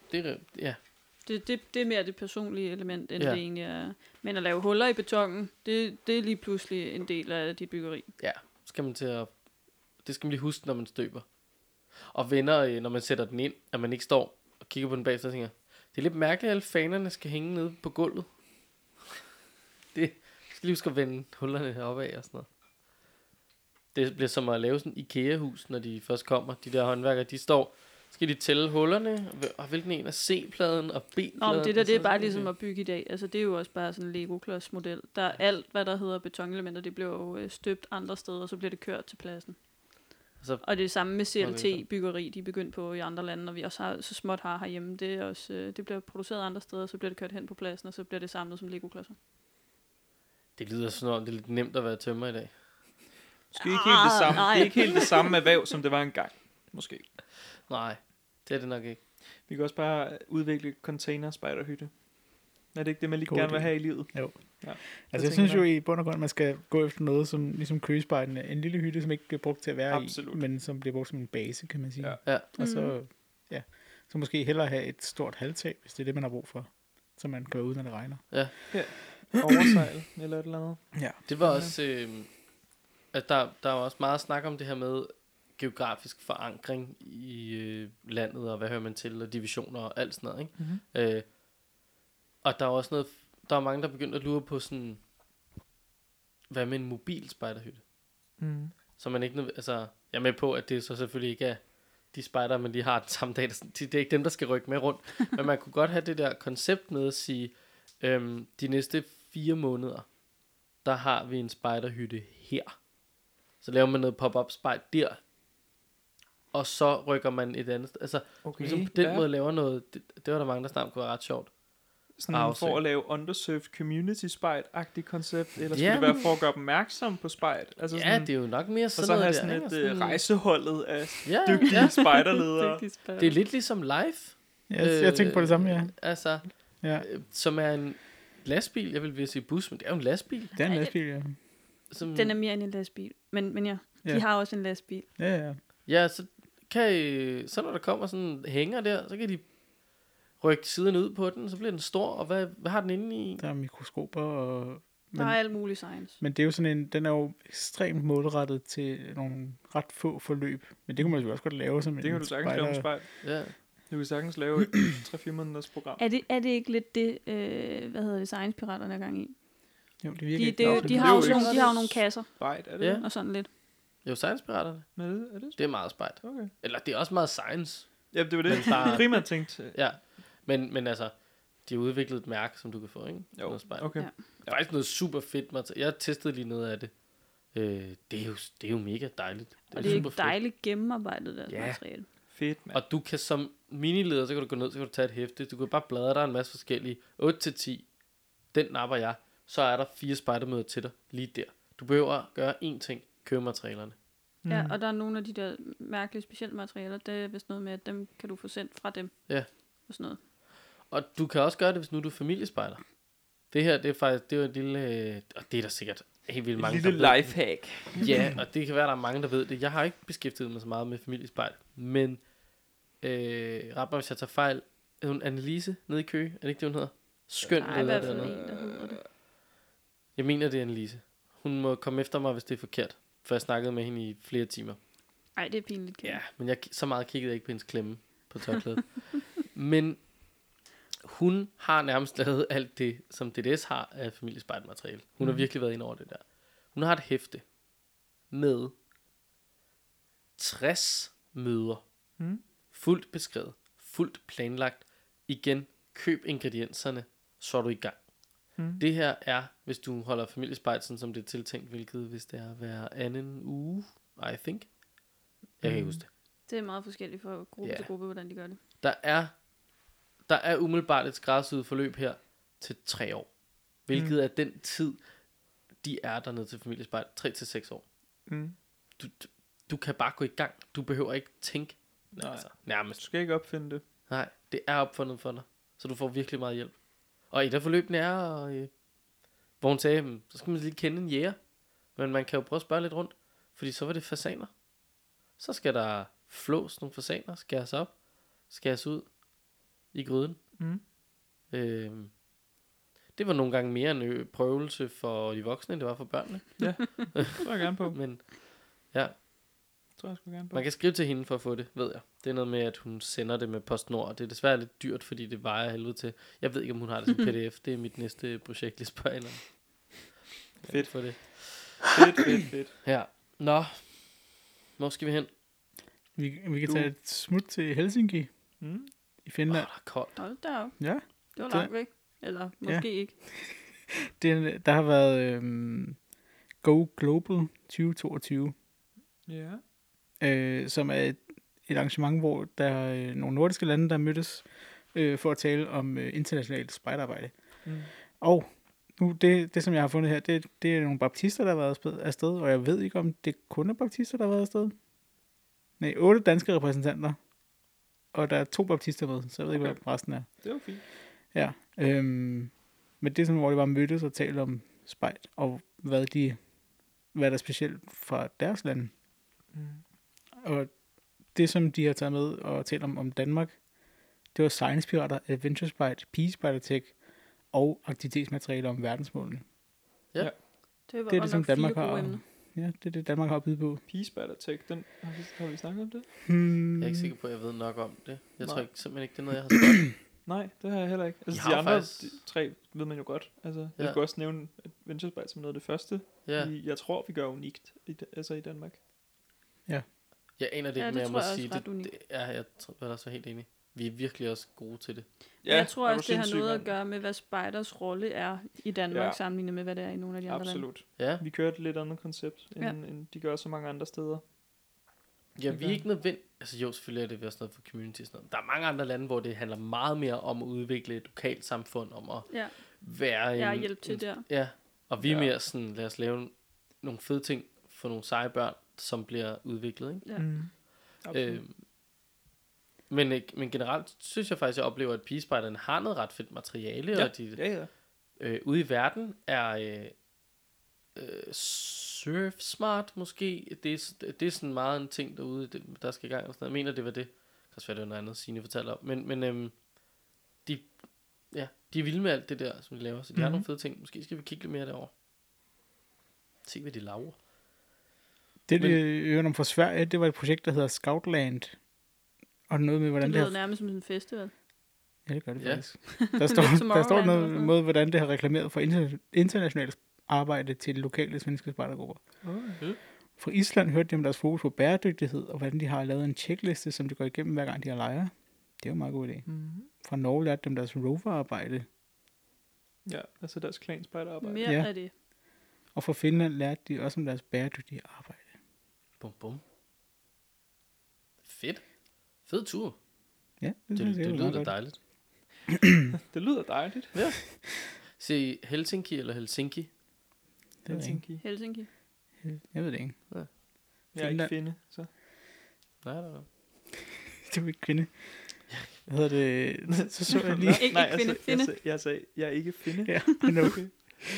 Det er mere det personlige element, end det egentlig er. Men at lave huller i betongen, det er lige pludselig en del af dit byggeri. Ja, det skal man lige huske, når man støber. Og vender, når man sætter den ind, at man ikke står og kigger på den bagefter og tænker, det er lidt mærkeligt, at alle fanerne skal hænge nede på gulvet. Det skal lige huske at vende hullerne heroppe af og sådan noget. Det bliver som at lave sådan et IKEA-hus, når de først kommer. De der håndværkere, de står, skal de tælle hullerne, og hvilken en er C-pladen og B-pladen. Nå, men det er bare ligesom at bygge i dag. Altså, det er jo også bare sådan en Lego-klods-model. Der er alt, hvad der hedder betonelementer, det bliver jo støbt andre steder, og så bliver det kørt til pladsen. Og det er samme med CLT-byggeri, de er begyndt på i andre lande, og vi også har så småt har herhjemme. Det, er også, det bliver produceret andre steder, så bliver det kørt hen på pladsen, og så bliver det samlet som Lego-klodser. Det lyder sådan om, det er lidt nemt at være tømrer i dag. Måske ikke helt det samme. Det er ikke helt det samme erhverv, som det var engang. Måske. Nej, det er det nok ikke. Vi kan også bare udvikle container-spejderhytte. Er det ikke det, man lige gerne vil have i livet? Jo. Ja. Altså jeg synes jo i bund og grund, man skal gå efter noget, som ligesom Køgespejden, en lille hytte, som ikke bliver brugt til at være i, men som bliver brugt som en base, kan man sige. Ja. Og så måske hellere have et stort halvtag, hvis det er det, man har brug for, så man kan være ude, når det regner. Ja. Oversejl eller et eller andet. Ja. Det var også, at der var også meget snak om det her med geografisk forankring i landet, og hvad hører man til, og divisioner og alt sådan noget, ikke? Mm-hmm. Og der var også noget, der var mange, der begyndte at lure på sådan, hvad med en mobil spejderhytte? Mm. Så man ikke, altså, jeg er med på, at det så selvfølgelig ikke er de spejder, men de har den samme dag, det er ikke dem, der skal rykke med rundt, men man kunne godt have det der koncept med at sige, de næste 4 måneder, der har vi en spejderhytte her. Så laver man noget pop-up spejder der, og så rykker man et andet sted. Altså, ligesom på den måde laver noget, det var der mange, der snart kunne være ret sjovt. Sådan for at lave underserved community spejt-agtigt koncept, eller skulle det være for at gøre opmærksom på spejt? Altså ja, det er jo nok mere sådan noget der. Og så have sådan et rejseholdet af dygtige spejderledere. Det er lidt ligesom live. Jeg tænker på det samme, ja. Altså, som er en lastbil, jeg vil sige bus, men det er jo en lastbil. Det er en lastbil, ja. Den er mere end en lastbil, men ja, de har også en lastbil. Ja. Ja, så så når der kommer sådan en hænger der, så kan de rykke siden ud på den, så bliver den stor, og hvad har den inde i? Der er mikroskoper og... Der er alt muligt science. Men det er jo sådan den er jo ekstremt målrettet til nogle ret få forløb. Men det kunne man jo også godt lave som det kan du sagtens lave en spejl. Ja. Du kan sagtens lave et 3-4 måneders program. Er det ikke lidt det, Science-piraterne er gang i? Jo, det virker de har jo nogle kasser. Spejt, er det? Ja. Og sådan lidt. Jo, Science-piraterne. Er det? Det er meget spejt. Okay. Eller det er også meget science. Ja, det var det, primært tænkt. Ja, men altså, de har udviklet et mærke, som du kan få, ikke? Jo, okay. Ja. Det er faktisk noget super fedt materiale. Jeg har testet lige noget af det. Det er jo mega dejligt. Og det er ikke dejligt gennemarbejdet, deres materiale. Fedt, man. Og du kan som minileder, så kan du gå ned, så kan du tage et hæfte. Du kan bare bladre dig en masse forskellige. 8-10. Den napper jeg. Så er der 4 spejdermøder til dig lige der. Du behøver gøre én ting. Købe materialerne. Ja, og der er nogle af de der mærkelige specielle materialer. Det er vist noget med, at dem kan du få sendt fra dem. Ja. Og sådan noget. Og du kan også gøre det, hvis nu du er familiespejder. Det her, det er faktisk, det er jo et lille, og det er der sikkert helt vildt mange, der ved. Et lille lifehack. Ja, og det kan være, der er mange, der ved det. Jeg har ikke beskæftiget mig så meget med familiespejder, men ret mig, hvis jeg tager fejl, er hun Annelise nede i Køge? Er det ikke det, hun hedder? Skøn leder der hedder det. Jeg mener, det er Annelise. Hun må komme efter mig, hvis det er forkert, for jeg snakkede med hende i flere timer. Nej, det er pinligt. Ja, men så meget kiggede jeg ikke på hendes klemme på tørklædet. Men hun har nærmest lavet alt det, som DDS har af familiespejdermateriale. Hun har virkelig været ind over det der. Hun har et hæfte med 60 møder. Fuldt beskrevet, fuldt planlagt. Igen, køb ingredienserne, så er du i gang. Det her er, hvis du holder familiespejder, sådan som det er tiltænkt, hvilket hvis det er hver anden uge, I think. Jeg kan ikke huske det. Det er meget forskelligt fra gruppe til gruppe, hvordan de gør det. Der er umiddelbart et skræddersyet forløb her til 3 år. Hvilket er den tid, de er dernede til familiespejder. 3 til 6 år. du kan bare gå i gang. Du behøver ikke tænke. Nej. Altså, nærmest. Du skal ikke opfinde det. Nej, det er opfundet for dig. Så du får virkelig meget hjælp. Og et af forløbene er, hvor hun sagde, så skal man lige kende en jæger. Men man kan jo prøve at spørge lidt rundt. Fordi så var det fasaner. Så skal der flås nogle fasaner, skæres op, skæres ud i gryden. Det var nogle gange mere en prøvelse for de voksne, end det var for børnene. Ja, det tror jeg gerne på. Men ja, tror jeg sgu gerne på. man kan skrive til hende for at få det, ved jeg. Det er noget med, at hun sender det med PostNord, og det er desværre lidt dyrt, fordi det vejer helvede til. Jeg ved ikke, om hun har det som pdf. Det er mit næste projekt, lige spørger hende om. Fedt for det. Fedt. Ja, nå. Hvor skal vi hen? Vi kan tage et smut til Helsinki i Finland. Der er koldt. Hold da op. Ja. Det var langt væk. Eller måske ikke. Der har været Go Global 2022. Ja. Som er et arrangement, hvor der er nogle nordiske lande, der mødtes for at tale om internationalt spejderarbejde. Og nu, det som jeg har fundet her, det er nogle baptister, der har været afsted, og jeg ved ikke, om det kun er baptister, der har været afsted. Nej, 8 danske repræsentanter, og der er 2 baptister med, så jeg ved ikke, hvad resten er. Det var fint. Ja, men det er sådan, hvor de bare mødtes og talte om spejl, og hvad der er specielt fra deres lande. Og det, som de har taget med og talt om Danmark, det var Science Pirater, Adventure Spite, Peace Spider Tech og aktivitetsmaterialer om verdensmålene. Ja. Det Det er det, som Danmark har. Ja, det er det, Danmark har at byde på. Peace Spider Tech, den har vi snakket om det? Jeg er ikke sikker på, at jeg ved nok om det. Jeg tror simpelthen ikke, det er noget, jeg har spurgt. Nej, det har jeg heller ikke. Altså, de andre faktisk 3 ved man jo godt. Altså, jeg kunne også nævne Adventure Spite som noget af det første. Ja. Jeg tror, vi gør unikt i Danmark. Ja. Jeg aner det Ja, ikke, men det jeg må tror jeg sige, også ret unikt. jeg er da så helt enig. Vi er virkelig også gode til det. Ja, jeg tror også, det har noget at gøre med, hvad spejders rolle er i Danmark, sammenlignet med, hvad det er i nogle af de andre lande. Absolut. Ja. Vi kører et lidt andet koncept, end de gør så mange andre steder. Ja, vi er ikke nødvendigt. Altså jo, selvfølgelig er det også noget for community og sådan noget. Der er mange andre lande, hvor det handler meget mere om at udvikle et lokalt samfund, om at være hjælp til der. Ja, og vi er mere sådan, lad os lave nogle fede ting for nogle seje børn, som bliver udviklet, ikke? Ja. Men generelt synes jeg faktisk, at jeg oplever, at pigespejderne har noget ret fedt materiale, og de ude i verden er surf smart måske. Det er sådan meget en ting derude, der skal i gang. Jeg mener, det var det. Det kan også være, det var noget andet, Signe fortalte om. Men de er vilde med alt det der, som de laver. Så de har nogle fede ting. Måske skal vi kigge lidt mere derover. Se, hvad de laver. Det øvrigt om fra Sverige, det var et projekt, der hedder Scoutland. Og noget med, hvordan det lyder nærmest som en festival. Ja, det gør det faktisk. Der står noget med, hvordan det har reklameret for internationalt arbejde til lokale svenske spejdergrupper. Fra Island hørte de om deres fokus på bæredygtighed, og hvordan de har lavet en checkliste, som de går igennem hver gang de har lejre. Det er jo en meget god idé. Fra Norge lærte de deres roverarbejde. Ja, altså deres klanspejderarbejde. Mere af det. Og fra Finland lærte de også om deres bæredygtige arbejde. Bum bum. Fedt. Fed tur. Ja, det lyder da dejligt. Det lyder dejligt. Ja. Se Helsinki eller Helsinki? Helsinki. Jeg ved det ikke. Ja. Jeg er ikke finde, så. Nej. Det er ikke kvinde. Hvad hedder det? Så jeg lige. Jeg sagde, jeg er ikke finde. Ja, okay.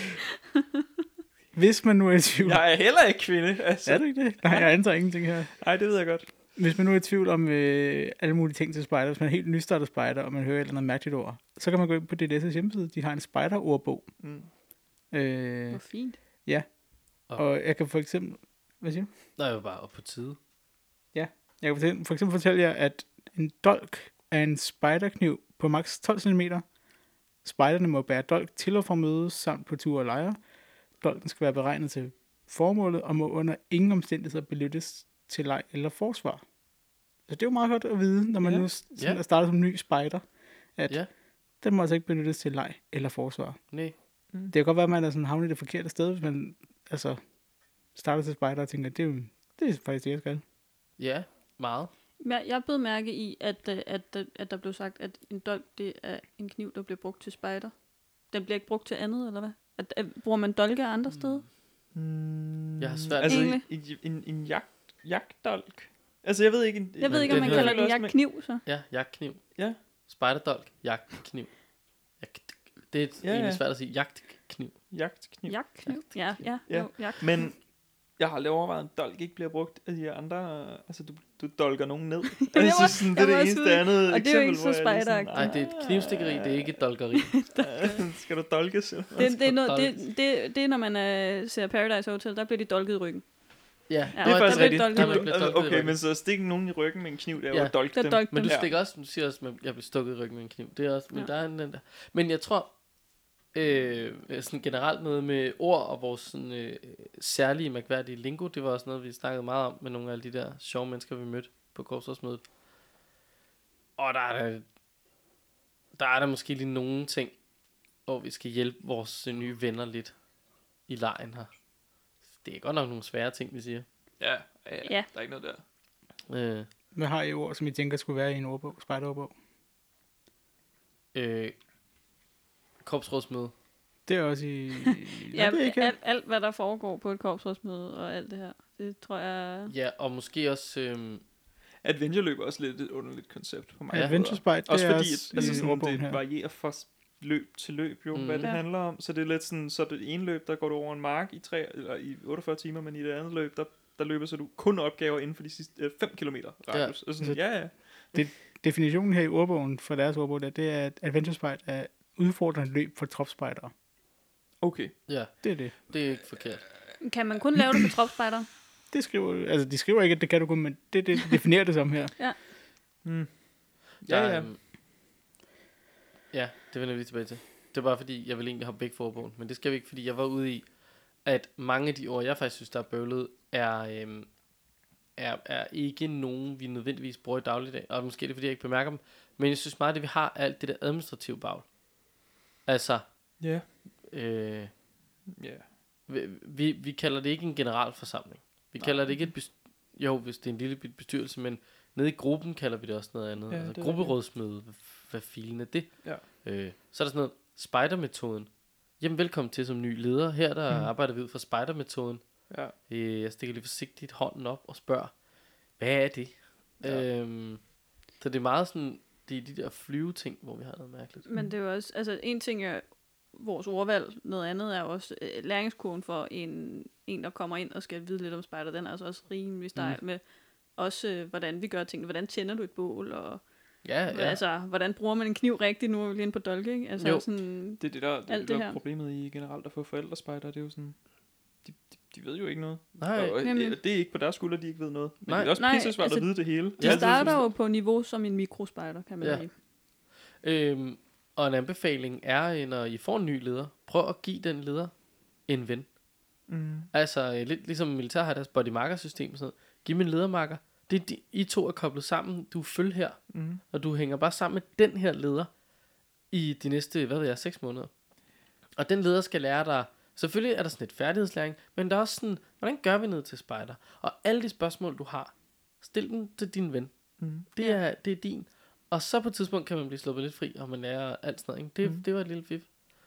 Hvis man nu er i tvivl. Jeg er heller ikke kvinde. Altså. Er du ikke det? Nej, jeg antager ingenting her. Nej, det ved jeg godt. Hvis man nu er i tvivl om alle mulige ting til spejder, hvis man er helt nystartet spejder, og man hører et eller andet mærkeligt ord, så kan man gå ind på DDS' hjemmeside. De har en spejderordbog. Hvor fint. Ja. Og jeg kan for eksempel... Hvad siger du? Nej, jeg var bare op på tide. Ja. Jeg kan for eksempel fortælle jer, at en dolk er en spejderkniv på maks 12 cm. Spejderne må bære dolk til og fra mødes samt på ture og lejre. Dolken skal være beregnet til formålet og må under ingen omstændigheder benyttes til leg eller forsvar. Så det er jo meget godt at vide, når man nu er startet som ny spejder, at den må altså ikke benyttes til leg eller forsvar. Nej. Det kan godt være, at man er sådan havnet i det forkerte sted, hvis man altså starter til spejder og tænker, det er faktisk det, jeg skal. Ja, meget. Jeg blev mærke i, at der blev sagt, at en dolk, det er en kniv, der bliver brugt til spejder. Den bliver ikke brugt til andet, eller hvad? Bruger man dolke andre steder? Jeg har svært altså en jagtdolk. Altså, jeg ved ikke, om man kalder det en jagtkniv, så. Ja, jagtkniv. Ja. Spejderdolk, jagtkniv. Det er egentlig svært at sige. Jagtkniv. Jagtkniv. Ja. Jo, jagt. Men jeg har aldrig overvejet, at dolk ikke bliver brugt af de andre. Altså, du dolker nogen ned. Altså, sådan, det er det eneste andet og det er jo ikke så spejderagtigt. Nej, det er et knivstikkeri, det er ikke et dolkeri. Skal du dolkes? Det er, når man ser Paradise Hotel, der bliver de dolket i ryggen. Ja, det er faktisk rigtigt. Okay, men så stikke nogen i ryggen med en kniv, det er jo at dolke dem. Men du stikker også, du siger også, at jeg bliver stukket i ryggen med en kniv. Det er også, men der er den der. Men jeg tror, sådan generelt noget med ord og vores sådan, særlige, mærkværdige lingo, det var også noget, vi snakkede meget om med nogle af de der sjove mennesker, vi mødte på korpsrådsmødet. Og der er der måske lige nogle ting, hvor vi skal hjælpe vores nye venner lidt i lejen her. Det er godt nok nogle svære ting, vi siger. Ja. Der er ikke noget der. Hvad har I ord, som I tænker skulle være i en ordbog, spejderårbog? Korpsrådsmøde. Det er også i... alt hvad der foregår på et korpsrådsmøde og alt det her. Det tror jeg... Ja, og måske også... Adventureløb er også lidt et underligt koncept for mig. Adventurespejde, det også er fordi, også sådan, det varierer fra løb til løb, jo, hvad det handler om. Så det er lidt sådan, så det ene løb, der går du over en mark i 48 timer, men i det andet løb, der løber så du kun opgaver inden for de sidste 5 kilometer radius. Ja. Sådan, Definitionen her i ordbogen for deres ordbog, det er, at adventurespejde er udfordrende løb for tropspejdere. Okay. Ja, det er det. Det er ikke forkert. Kan man kun lave det for tropspejdere? Det skriver, altså de skriver ikke, at det kan du kun, men det definerer det som her. Ja. Ja, det vender vi tilbage til. Det er bare fordi, jeg vil egentlig have begge for ordbogen, men det skal vi ikke, fordi jeg var ude i, at mange af de ord, jeg faktisk synes, der er bøvlet, er ikke nogen, vi nødvendigvis bruger i dagligdag, og måske er det, fordi jeg ikke bemærker dem, men jeg synes meget, det vi har, er alt det der administrative bagl. Altså, vi kalder det ikke en generalforsamling. Vi kalder det ikke jo, hvis det er en lille bestyrelse, men nede i gruppen kalder vi det også noget andet. Altså, grupperådsmøde, hvad filen er det? Ja. Så er der sådan noget, spejdermetoden. Jamen, velkommen til som ny leder. Her der arbejder vi ud fra spejdermetoden. Ja. Jeg stikker lige forsigtigt hånden op og spørger, hvad er det? Ja. Så det er meget sådan, det er de der flyveting, hvor vi har noget mærkeligt. Men det er jo også, altså en ting er vores ordvalg, noget andet er også læringskurven for en, der kommer ind og skal vide lidt om spejder. Den er altså også rimelig stejl med også, hvordan vi gør tingene. Hvordan tænder du et bål, og altså, hvordan bruger man en kniv rigtigt? Nu er vi lige inde på dolke, ikke? Altså, sådan, det er det der problemet i generelt at få forældrespejder. Det er jo sådan, de ved jo ikke noget. Nej. Og det er ikke på deres skulder, de ikke ved noget. Men det er også pisse svært at vide det hele. De starter jo på niveau som en mikrospejder, kan man sige. Og en anbefaling er, når I får en ny leder, prøv at give den leder en ven. Altså, lidt ligesom militær har deres body marker system. Sådan. Giv mig en ledermarker. I to er koblet sammen. Du følger her. Og du hænger bare sammen med den her leder i de næste, 6 måneder. Og den leder skal lære dig, selvfølgelig er der sådan et færdighedslæring, men der er også sådan, hvordan gør vi ned til spejder? Og alle de spørgsmål, du har, stil dem til din ven. Det er din. Og så på et tidspunkt kan man blive sluppet lidt fri, og man lærer alt sådan noget. Ikke? Det var et lille fif.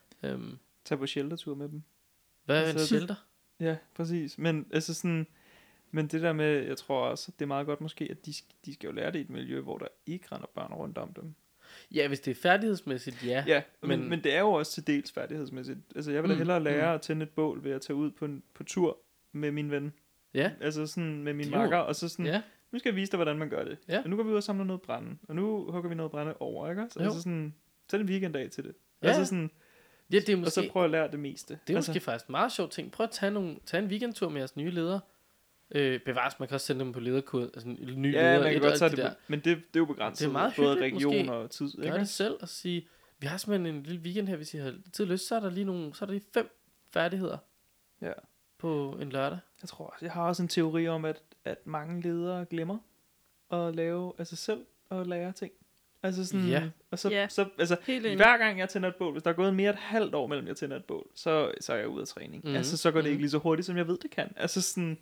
Tag på sheltertur med dem. Hvad er en shelter? Ja, præcis. Men altså sådan, men det der med, jeg tror også, at det er meget godt måske, at de skal jo lære det i et miljø, hvor der ikke render børn rundt om dem. Ja, hvis det er færdighedsmæssigt, ja. Ja, men det er jo også til dels færdighedsmæssigt. Altså jeg vil da hellere lære at tænde et bål ved at tage ud på tur med min ven. Ja. Altså sådan med min makker, og så sådan, nu skal jeg vise dig, hvordan man gør det. Ja. Og nu går vi ud og samler noget brænde, og nu hugger vi noget brænde over, ikke? Så altså sådan, tag en weekenddag til det. Ja. Altså sådan, det er måske, og så prøv at lære det meste. Det er måske faktisk en meget sjov ting. Prøv at tage en weekendtur med jeres nye ledere. Bevares, man kan også sende dem på lederkode, altså en ny leder. Man kan godt tage det der. Men det er jo begrænset. Det er meget både region og tid. Gør det selv og sige, vi har simpelthen en lille weekend her, hvis I har tid lyst, så er der lige 5 færdigheder på en lørdag. Jeg har også en teori om, at mange ledere glemmer at lave af sig selv og lære ting. Altså sådan, og så altså, hver gang jeg tænder et bål, hvis der er gået mere et halvt år mellem jeg tænder et bål, så er jeg ude af træning. Altså så går det ikke lige så hurtigt, som jeg ved det kan. Altså sådan,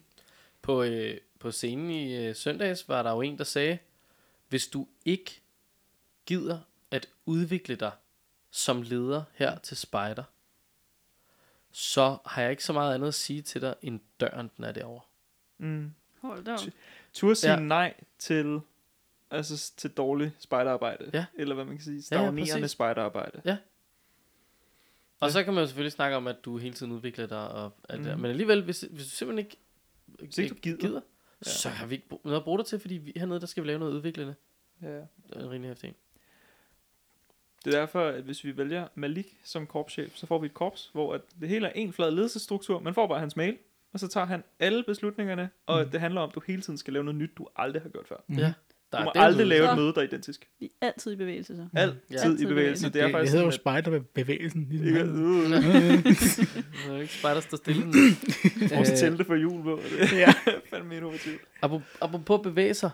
på scenen i søndags var der jo en, der sagde, hvis du ikke gider at udvikle dig som leder her til spejder, så har jeg ikke så meget andet at sige til dig, end døren den er derovre. Hold da op. Turde sige nej til, altså til dårlig spejderarbejde. Ja. Eller hvad man kan sige, stagnerende præcis. spejderarbejde. Ja. Og så kan man jo selvfølgelig snakke om, at du hele tiden udvikler dig. Og alt det. Men alligevel, hvis du simpelthen ikke, Hvis ikke du gider. så har vi ikke noget at bruge dig til, fordi vi, hernede, der skal vi lave noget udviklende. Ja. Det er en rimelig hæftig. Det er derfor, at hvis vi vælger Malik som korpschef, så får vi et korps, hvor at det hele er en flad ledelsesstruktur. Man får bare hans mail, og så tager han alle beslutningerne, og det handler om, at du hele tiden skal lave noget nyt, du aldrig har gjort før. Ja. Du må aldrig lave et møde, der er identisk. Vi er altid i bevægelse, så. Altid i bevægelse. Det er faktisk det hedder jo sådan, spejderbevægelsen. ikke? Det er ikke spejder, der stille. Vores telte for jul på. Det Ja. er fandme innovativt. Apropos bevæge sig,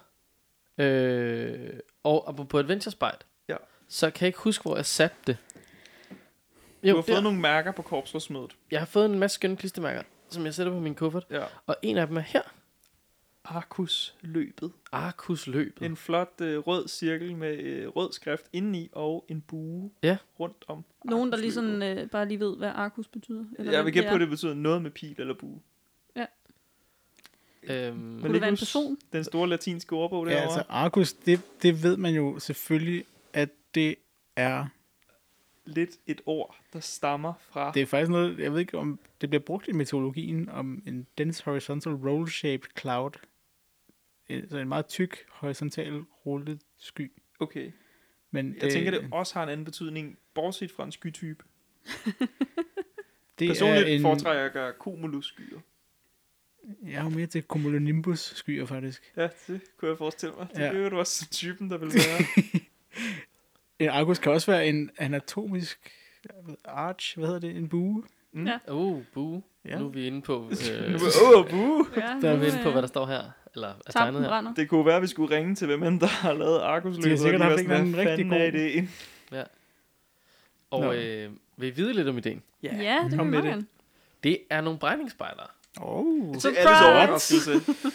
og apropos Adventure Spite, Ja. så kan jeg ikke huske, hvor jeg satte det. Du har fået nogle mærker på korpsrådsmødet. Jeg har fået en masse skønne klistermærker, som jeg sætter på min kuffert. Ja. Og en af dem er her. Arkus-løbet. Arkus-løbet. En flot rød cirkel med rød skrift indeni og en bue rundt om. Nogen, der lige Arkus-løbet. sådan, bare lige ved, hvad Arkus betyder. Eller Jeg hvad vil gætte på, er. at det betyder noget med pil eller bue. Kunne det være en Malikus, person? Den store latinske ordbog Ja, derovre. altså Argus, det ved man jo selvfølgelig, at det er... Lidt et ord, der stammer fra... Det er faktisk noget, jeg ved ikke om det bliver brugt i meteorologien, om en dense horizontal roll-shaped cloud. Så en meget tyk, horisontal rullet sky. Okay. Men Jeg tænker, det også har en anden betydning, bortset fra en skytype. det Personligt er en, foretrækker jeg cumulusskyer. Jeg er jo mere til cumulonimbus skyer faktisk. Ja, det kunne jeg forestille mig. Det Ja. er jo også som typen, der vil være. En Argus kan også være en anatomisk arch, hvad hedder det, en bue. Mm. Ja. Bue. Ja. Nu er vi inde på, Bue! Ja, der er vi nu, inde på, hvad der står her. Eller er tegnet Tampen her. brænder. Det kunne være, at vi skulle ringe til, hvem end der har lavet Argus-løbet. De har sikkert og haft var en eller anden sådan, hvad rigtig fanden god- er det? Og Nå. vil I vide lidt om ideen? Ja, det kom vil med jeg det. gerne. Det er nogle brændingsspejdere. Til alles overraskelse.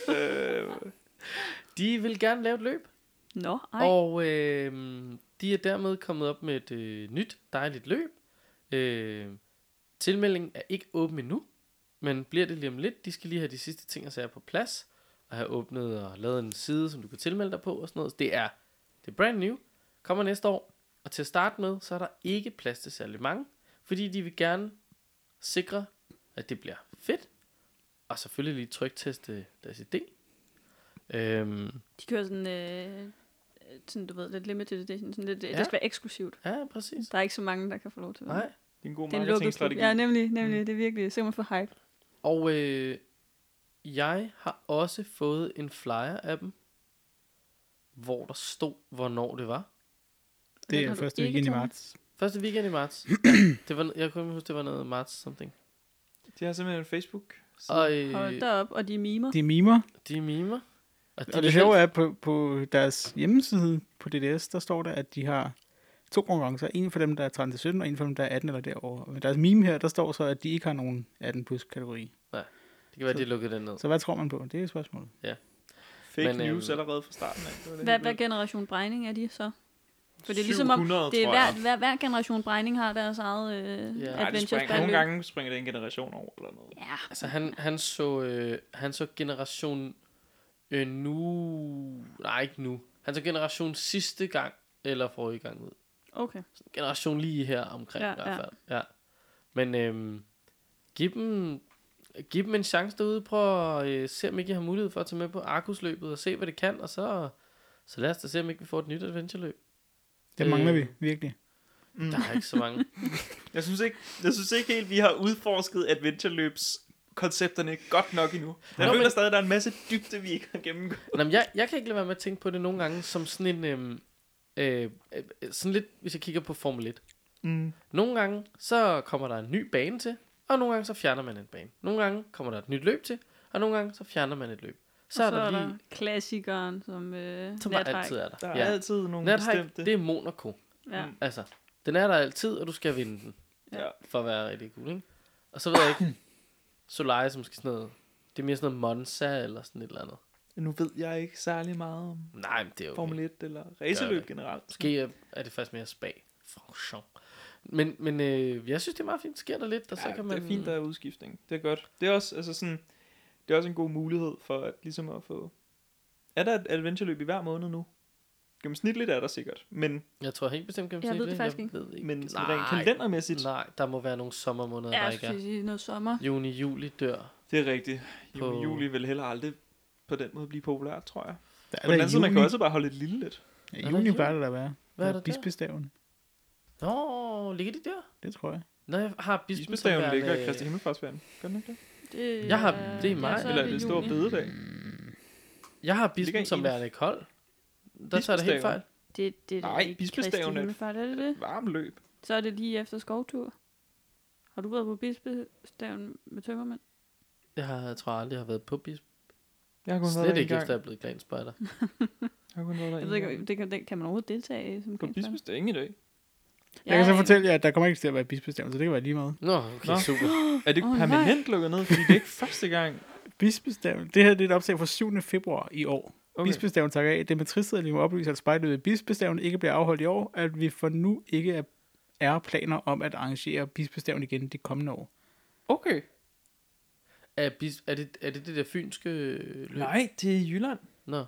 De vil gerne lave et løb. Nå, ej. Og de er dermed kommet op med et nyt dejligt løb. Tilmeldingen er ikke åben endnu, men bliver det lige om lidt. De skal lige have de sidste ting og sager på plads, og have åbnet og lavet en side, som du kan tilmelde dig på og sådan noget. Det er brand new, kommer næste år, og til at starte med, så er der ikke plads til særlig mange, fordi de vil gerne sikre, at det bliver fedt, og selvfølgelig lige trykteste deres idé. De kører sådan, du ved, lidt limited edition. Sådan lidt, Ja. Det skal være eksklusivt. Ja, præcis. Der er ikke så mange, der kan få lov til det. Nej. Det er en god Det er en lukket klub. marketingstrategi. Ja, nemlig. Det er virkelig simpelthen for hype. Og jeg har også fået en flyer af dem, hvor der stod, hvornår det var. Det Den er har du første ikke weekend i taget. marts. Første weekend i marts. Det var, jeg kunne huske, det var noget marts something. De har simpelthen en Facebook. Og Hold da op, og de mimer. De mimer. de mimer. Og det sjove er, på deres hjemmeside på DDS, der står der, at de har 2 konkurrencer. En for dem, der er 13-17, og en for dem, der er 18 eller derover. Og med deres meme her, der står så, at de ikke har nogen 18+ kategori. Det kan være, de lukkede den ned. Så hvad tror man på? Det er spørgsmålet. Fake Men, news allerede fra starten af. Det var det Hvad helt generation bregning er de så? For det er ligesom om, 700, det er tror jeg. hver generation bregning har deres eget Ja. adventure Nej, nogle gange springer det en generation over eller noget. Ja, Altså han så generation nu. Nej, ikke nu. Han så generation sidste gang, eller forrige gang ud. okay. Generation lige her omkring Ja, i hvert fald. Ja. Men giv dem en chance derude. Prøv at se, om ikke I har mulighed for at tage med på Arkus-løbet og se, hvad det kan. Og så lad os da se, om ikke vi får et nyt adventure-løb. Det mangler vi virkelig. Der er ikke så mange. Jeg synes ikke helt, vi har udforsket adventureløbs koncepterne godt nok endnu. Jeg føler stadig, at der er en masse dybde, vi ikke har gennemgået. Nå, jeg kan ikke lade være med at tænke på det nogle gange som sådan en sådan lidt, hvis jeg kigger på Formel 1. Nogle gange så kommer der en ny bane til, og nogle gange så fjerner man en bane. Nogle gange kommer der et nyt løb til, og nogle gange så fjerner man et løb. Så er der lige klassikeren, som som bare altid er der. Der er altid nogle Nathike, bestemte. det er Monaco. Ja. Altså, den er der altid, og du skal vinde den. Ja. For at være rigtig cool, ikke? Og så ved jeg ikke, Solaris som skal sådan noget, det er mere sådan noget Monza eller sådan et eller andet. Nu ved jeg ikke særlig meget om Nej, men det er okay. Formel 1 eller racerløb generelt. Måske er det faktisk mere spag. Men jeg synes, det er meget fint. Sker der lidt, og så kan man... det er fint, der er udskiftning. Det er godt. Det er også, altså sådan, det er også en god mulighed for at ligesom at få... Er der et adventureløb i hver måned nu? Gennemsnitligt er der sikkert, men... Jeg tror helt bestemt gennemsnitligt. Jeg ved det faktisk ikke. Ved ikke. Men sådan rent kalendermæssigt... Nej, der må være nogle sommermåneder, der ikke er. Ja, sige noget sommer. Juni, juli dør. Det er rigtigt. På... Juli vil heller aldrig på den måde blive populært, tror jeg. Der er På den anden side, man kan også bare holde et lille lidt. Ja, juni plejer det at være. Hvad er der der? Bispestaven. Nå, ligger de der? Det tror jeg. Når jeg har Bispestaven ligger i Kristi Himmelfartsferien. Gør den ikke det? Jeg har... Det er mig. Eller er det stor bededag? Jeg har bispen som værende kold. Der tager det helt fejl. Det Nej, bispestaven er det? Varm løb. Så er det lige efter skovtur. Har du været på bispestaven med tømmermænd? Jeg tror aldrig, jeg har været på bispen. Jeg har kun Slet været ikke der efter, jeg er blevet glanspejder. Jeg har kun været der Jeg ved ikke, kan man overhovedet deltage i som på bispestaven i dag. Jeg kan så fortælle jer, at der kommer ikke til at være bispestaven, så det kan være lige meget. Nå, okay, Nå. super. Er det permanent lukket ned? Fordi det er ikke første gang. Bispestaven. Det her det er et opslag fra 7. februar i år. Okay. Bispestaven takker af. Det med tristhed må oplyse, at spejlet ved Bispestaven ikke bliver afholdt i år, at vi for nu ikke er planer om at arrangere Bispestaven igen det kommende år. Okay. Er det der fynske løb? Nej, det er i Jylland. Nå.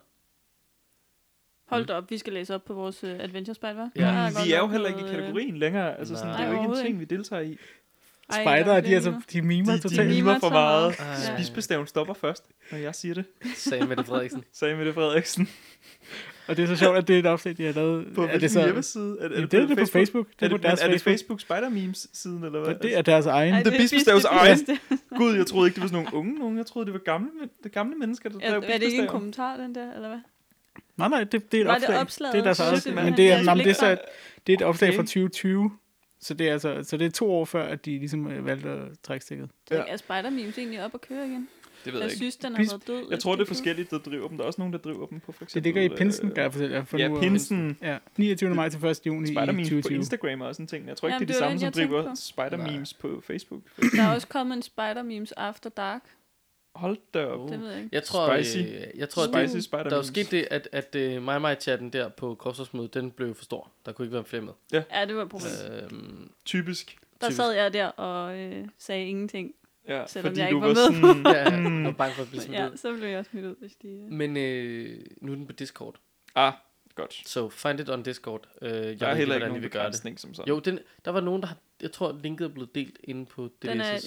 Hold da op, vi skal læse op på vores adventure-spejl, hva'? Ja. Vi er jo heller ikke i kategorien længere. Altså sådan, det er jo ikke en ting, vi deltager i. Spejdere, de mimer totalt. De mimer for meget. Ja. Bispestaven stopper først, når jeg siger det. Sagde Mette Frederiksen. Sagde Mette Frederiksen. Og det er så sjovt, at det er et opslag, de har lavet. På hvilken hjemmeside? Det er på Facebook. Er det Facebook Spider-Memes-siden, eller hvad? Det er deres egen. Det er Bispestaves egen. Gud, jeg troede ikke, det var sådan nogle unge nogen. Jeg troede, det var gamle mennesker, der drev Bispestaven. Er det ikke en kommentar, den der, eller hvad? Nej, det er et opslag. Det opslaget? Det er deres eget. Men det er et opslag fra 2020. Så det er 2 år før, at de ligesom valgte at trække stikket. Så er Spider-Memes egentlig op at køre igen? Det ved jeg ikke. Synes, den har været død. Jeg tror, det er forskelligt, der driver dem. Der er også nogen, der driver dem på for eksempel... Det ligger i pinsen, kan jeg fortælle. Ja, pinsen. Ja, 29. maj til 1. juni i 2020. På Instagram og også en ting. Jeg tror ikke, det er de samme, som driver Spider-Memes på Facebook. Der er også kommet en Spider-Memes After Dark. Hold da op. Det ved jeg ikke. Jeg tror, Spicy Spider-Memes. der var sket det, at mig-chatten der på Korsårsmødet, den blev for stor. Der kunne ikke være flere med. Ja, det var et problem. Typisk. Der sad jeg der og sagde ingenting. Ja, selvom fordi jeg ikke du var med. Ja, og bange for at blive smidt ud. Ja, så blev jeg også smidt ud, hvis de... Men nu er den på Discord. Godt. So find it on Discord. Jeg der er heller ikke nogen begrænsning som sådan. Jo, der var nogen, jeg tror, linket er blevet delt inde på DDS'.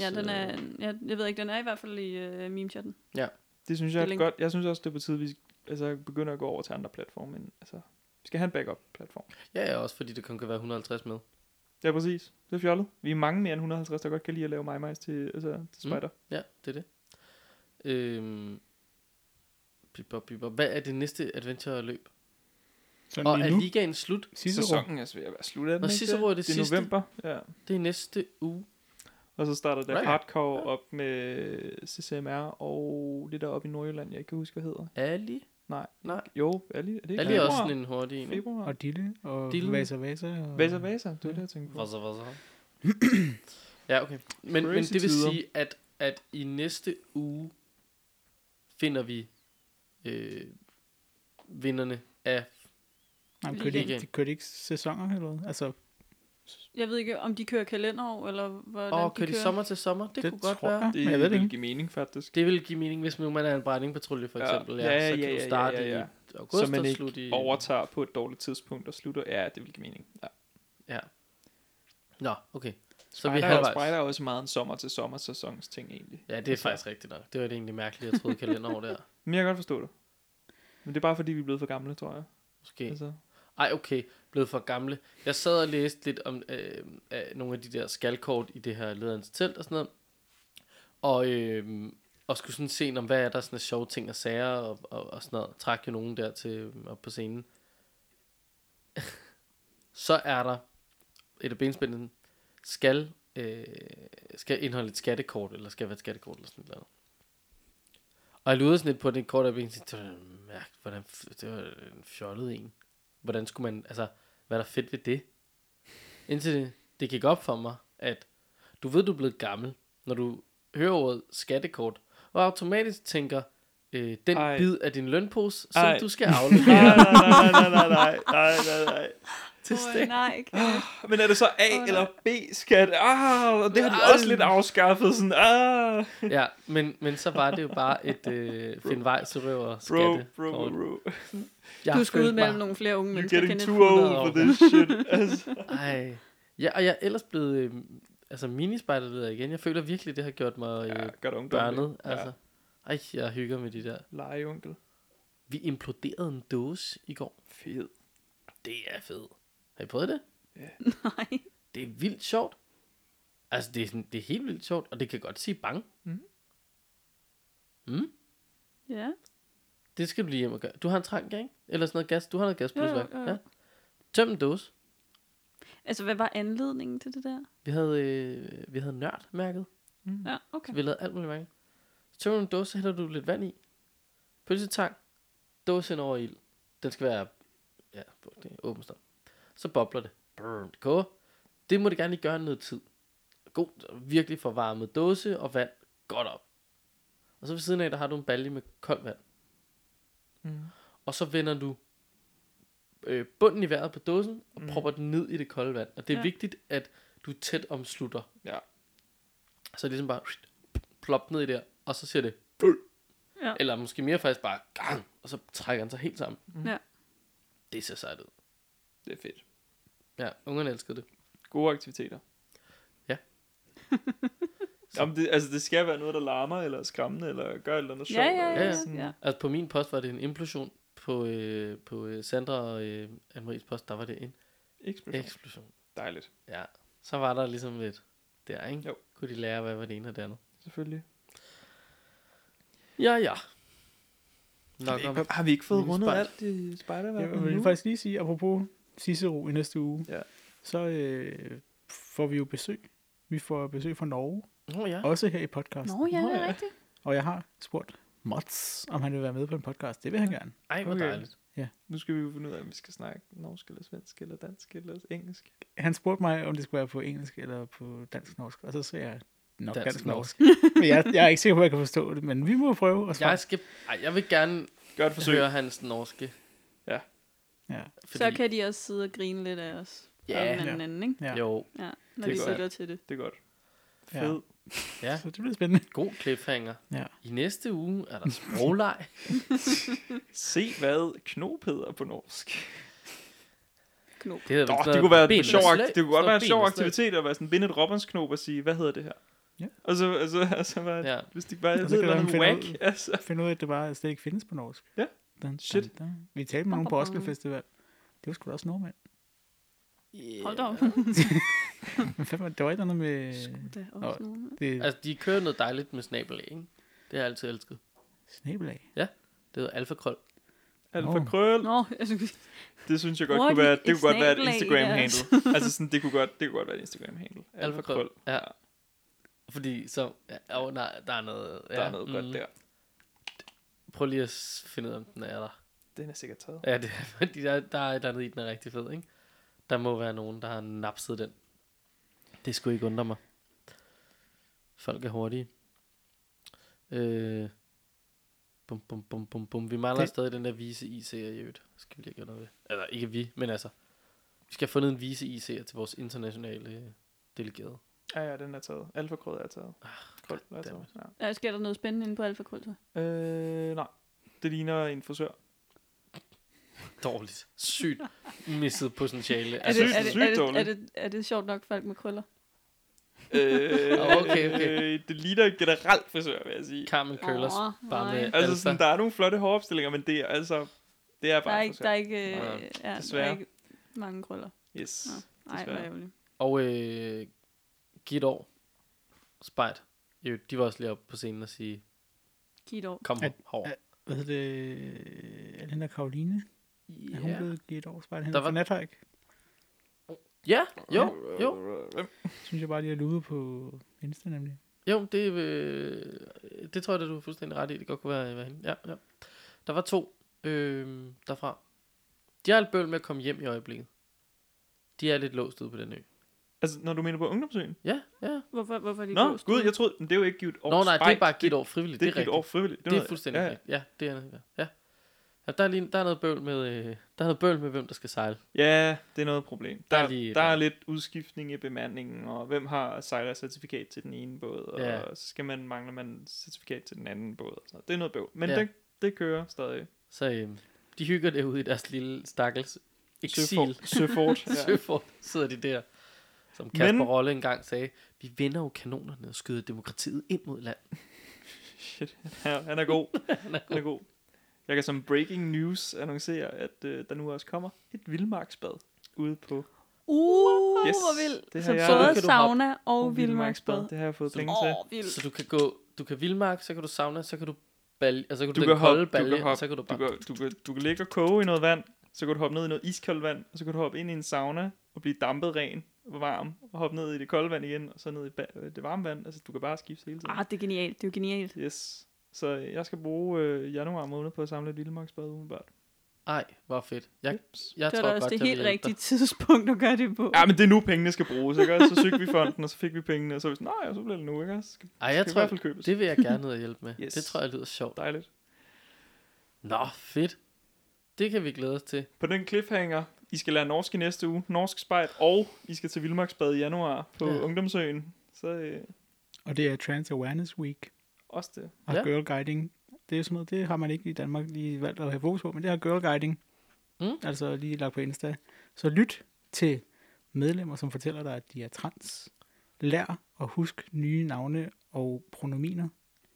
Jeg ved ikke, den er i hvert fald i meme-chatten. Ja. Det synes jeg er godt. Jeg synes også, det er på tide, vi begynder at gå over til andre platforme. Men vi skal have en backup-platform. Ja, også fordi det kun kan være 150 med. Ja, præcis. Det er fjollet. Vi er mange mere end 150, der godt kan lide at lave MyMice til Spider. Ja, det er det. Hvad er det næste adventure-løb? Og er ligaen slut? Sæsonen er ved at være slut af den, ikke? Cicero er det sidste. November, ja. Det er næste uge. Og så starter der hardcore op med CCMR og det der oppe i Nordjylland, jeg ikke kan huske, hvad hedder. Ali? Nej. Jo, Ali. Er det ikke Ali er også sådan en hurtig en. Februar. Og Dille. Og Vasa. Vasa, det er det, jeg tænkte på. Vasa. Ja, okay. Men det vil sige, at i næste uge finder vi vinderne af ligaen. De kørte ikke sæsoner eller hvad? Altså... Jeg ved ikke, om de kører kalenderår, eller hvordan kører de sommer til sommer? Det kunne godt være. Det vil give mening, faktisk. Det vil give mening, hvis nu man er en brændingpatrulje, for eksempel. Ja, så kan du starte i august så man og slutte i... overtager på et dårligt tidspunkt og slutter. Ja, det vil give mening. Ja. Nå, okay. Så vi halvvejs. Spider er også meget en sommer til sommer sæsons ting, egentlig. Ja, det er faktisk rigtigt nok. Det var det egentlig mærkeligt, jeg troede kalenderår der. Men jeg kan godt forstå det. Men det er bare fordi, vi er blevet for gamle, tror jeg. Måske. Okay, blevet for gamle. Jeg sad og læste lidt om nogle af de der skalkort i det her lederens telt og sådan noget. Og skulle sådan se, hvad er der sådan sjove ting og sager og sådan noget. Træk jo nogen der til op på scenen. Så er der et af benspændene skal indeholde et skattekort, eller skal være et skattekort eller sådan noget. Og jeg lurede sådan lidt på det kort, og jeg tænkte, det var en fjollet en. Hvordan skulle man, hvad er der fedt ved det? Indtil det gik op for mig, at du ved, du er blevet gammel, når du hører ordet skattekort, og automatisk tænker, den bid af din lønpose, som du skal aflevere. Nej. til stat. Nej, Kenneth. Men er det så A eller B-skat? Og det har de også lidt afskaffet. Sådan, Ja, men så var det jo bare et finde vej til røver skatte. Bro. Du skal ud mellem nogle flere unge You're mennesker, getting Kenneth. too old for this shit. Altså. Ej. Ja, og jeg er ellers blevet minispejderleder igen. Jeg føler virkelig, det har gjort mig børnet. Altså. Ej, jeg hygger med de der. Legeonkel. Vi imploderede en dåse i går. Fed. Det er fedt. Har I prøvet det? Ja. Nej. Det er vildt sjovt. Altså, det er helt vildt sjovt, og det kan godt sige bang. Ja. Det skal du lige hjem og gøre. Du har en trank, ikke? Eller sådan noget gas. Du har noget gas plus Jo. Ja. Tøm en dåse. Altså, hvad var anledningen til det der? Vi havde nørdmærket. Ja, okay. Så vi lavede alt muligt mærke. Så tømmer du en dåse, så hælder du lidt vand i. Pølsetang. Dåse ind over ild. Den skal være det er åben stop. Så bobler det. Brrr, det koger. Det må det gerne lige gøre noget tid. God, virkelig forvarmet dåse og vand godt op. Og så ved siden af, der har du en balje med koldt vand. Og så vender du bunden i vejret på dåsen og propper den ned i det kolde vand. Og det er vigtigt, at du tæt omslutter. Ja. Så ligesom bare plop ned i der, og så siger det Ja. eller måske mere faktisk bare gang, og så trækker den sig helt sammen. Ja. Det ser sejt ud. Det er fedt. Ja, ungerne elskede det. Gode aktiviteter. Ja. Jamen, det skal være noget, der larmer, eller skræmmende, eller gør et eller andet sjovt. Ja. Altså på min post var det en implosion. På Sandra og Anne-Maries post, der var det en eksplosion. Dejligt. Ja, så var der ligesom lidt der, ikke? Jo. Kunne de lære, hvad var det ene og det andet. Selvfølgelig. Ja. Nok om. Har vi ikke fået rundet Spejder. alt i Spider-Man? Jeg vil faktisk lige sige, apropos Cicero i næste uge, så får vi jo besøg. Vi får besøg fra Norge. Også her i podcasten. Nå, ja, det er rigtigt. Og jeg har spurgt Mats, om han vil være med på en podcast. Det vil han gerne. Ej, hvor dejligt. Ja. Nu skal vi jo finde ud af, om vi skal snakke norsk, eller svensk, eller dansk, eller engelsk. Han spurgte mig, om det skulle være på engelsk eller på dansk-norsk. Og så sagde jeg nok dansk-norsk. Dansk-norsk. Men jeg er ikke sikker på, at jeg kan forstå det. Men vi må prøve at svare. Jeg vil gerne Gør et forsøg. høre hans norske. Ja. Fordi, Så kan de også sidde og grine lidt af os. Ja. Og den anden, ikke? Ja. Jo. Ja, når Det er de godt. sætter til det. Det er godt. Ja. Fed. Ja, Så det bliver spændende. god cliffhanger. Ja. I næste uge er der sprogleg. Se hvad knop hedder på norsk. Knop. Det, hedder vel sådan Det kunne være ben en sjov, og slæ- det kunne godt være en ben sjov og slæ- aktivitet at være sådan binde et robbensknop og sige, hvad hedder det her? Ja. Og så bare, Ja. hvis de bare Og så hedder kan noget man whack, finde altså. Finde ud af, at det bare slet ikke findes på norsk. Ja. Shit. Vi talte med nogen på Roskilde Festival. Det var sgu da også nordmænd. Hold da op. Men fandme, det var ikke noget med... Det er også nogen. Det Altså, de kører noget dejligt med snabelag, ikke? Det har jeg altid elsket. snabelag. Det hedder alfakrøl. Alfa Krøl. Nå, altså, Det synes jeg godt Bruger kunne de være, det et kunne godt være et snabelag i Instagram-handle. Altså sådan, det kunne godt være et Instagram-handle. Alfa Krøl. Ja. Fordi så... Ja, nej, der er noget... Der er noget godt der. Prøv lige at finde ud af, om den er der. Den er sikkert taget. Ja, det er, fordi der er et eller andet i, den er rigtig fed, ikke? Der må være nogen, der har napset den. Det skulle ikke undre mig. Folk er hurtige. Bum. Vi mangler stadig den der vise IC'er i øvrigt. Skal vi lige gøre noget ved. Eller ikke vi, men altså. Vi skal have fundet en vise IC'er til vores internationale delegerede. Ja, den er taget. Alfa Krøl er taget. Krøl er taget. Ja. sker der noget spændende inde på Alfa Krøl, så? Nej. Det ligner en frisør. Dårligt. Sygt misset potentiale. Er det sjovt nok folk med krøller? Okay. Det ligner generelt frisør, vil jeg sige. Carmen Køllers. Bare med Altså sådan, der er nogle flotte håropstillinger, men det er altså... Det er bare der er ikke desværre. der er ikke mange krøller. Yes. Nej, hvor ærgerligt. Og giv et år. Spejt. Jo, de var også lige oppe på scenen og sige, Giv et år. kom hår. Hvad hedder det? Er den der Karoline? Er hun blevet givet et år spejl? Der Der var- var Nathike. Ja, jo. Synes jeg bare, de har luet på Insta nemlig. Jo, det tror jeg, at du er fuldstændig ret i. Det godt kunne være hende. Ja. Der var 2 derfra. De har et bøvl med at komme hjem i øjeblikket. De er lidt låst ude på den ø. Altså, når du mener på ungdomsøen? Ja. Hvorfor er de Nå, låst gud, ude? jeg troede, men det er jo ikke givet år Nå, nej, det er spejt. bare givet over frivilligt. Det er Det er givet år rigtigt. frivilligt. Det er fuldstændig rigtigt. Ja, det er det. Ja. Ja, der er noget bøvl med, hvem der skal sejle. Ja, det er noget problem. Der lige er lidt udskiftning i bemandingen, og hvem har sejlercertifikat til den ene båd, og så mangler man certifikat til den anden båd. Så det er noget bøvl. Men det kører stadig. Så de hygger derude i deres lille stakkels eksil. Søfort. Søfort sidder de der. Som Kasper Rolle engang sagde, vi vender jo kanonerne og skyder demokratiet ind mod land. Shit, han er god. Han er god. Jeg kan som breaking news annoncere, at der nu også kommer et vildmarksbad ude på... Yes, hvor vildt. Så både sauna og vildmarksbad. Det har jeg fået penge til. Så du kan vildmark, så kan du sauna, så kan du balje, altså kan du kolde balje, og så kan du bare... Du kan ligge og koge i noget vand, så kan du hoppe ned i noget iskoldt vand, og så kan du hoppe ind i en sauna og blive dampet ren og varm, og hoppe ned i det kolde vand igen, og så ned i det varme vand. Altså, du kan bare skifte hele tiden. Det er genialt. Det er jo genialt. Yes. Så jeg skal bruge januar måned på at samle et vildmarksbad umiddelbart. Ej, hvor fedt. Jeg det tror også det helt rigtige tidspunkt at gøre det på. Ja, men det er nu pengene skal bruges, ikke? Så søgte vi fonden, og så fik vi pengene, og så var vi sådan, nej, så bliver det nu, ikke? Jeg tror, i hvert fald købes. Det vil jeg gerne ud og hjælpe med. Yes. Det tror jeg lyder sjovt. Dejligt. Nå, fedt. Det kan vi glæde os til. På den cliffhanger, I skal lære norsk i næste uge, norsk spejt, og I skal til Vildmarksbad i januar på Ungdomsøen. Så, og det er Trans Awareness Week. Også det. Og Girl Guiding. Det er sådan noget, det har man ikke i Danmark lige valgt at have fokus på, men det har Girl Guiding. Altså lige lagt på Insta. Så lyt til medlemmer, som fortæller dig, at de er trans. Lær og husk nye navne og pronominer.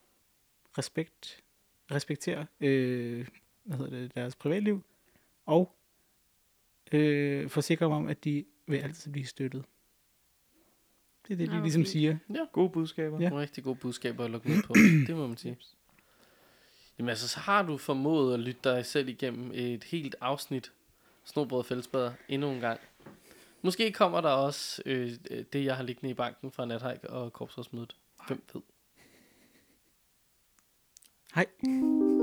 Respekter deres privatliv. Og forsikre dem om, at de vil altid blive støttet. Det er det, de ligesom siger. Ja. Gode budskaber. Ja. Rigtig gode budskaber at lukke ned på. Det må man sige. Jamen altså, så har du formået at lytte dig selv igennem et helt afsnit Snobrød og Fællesbader endnu en gang. Måske kommer der også det, jeg har liggende i banken fra Nathike og Korpsrådsmødet. Hvem ved? Hej.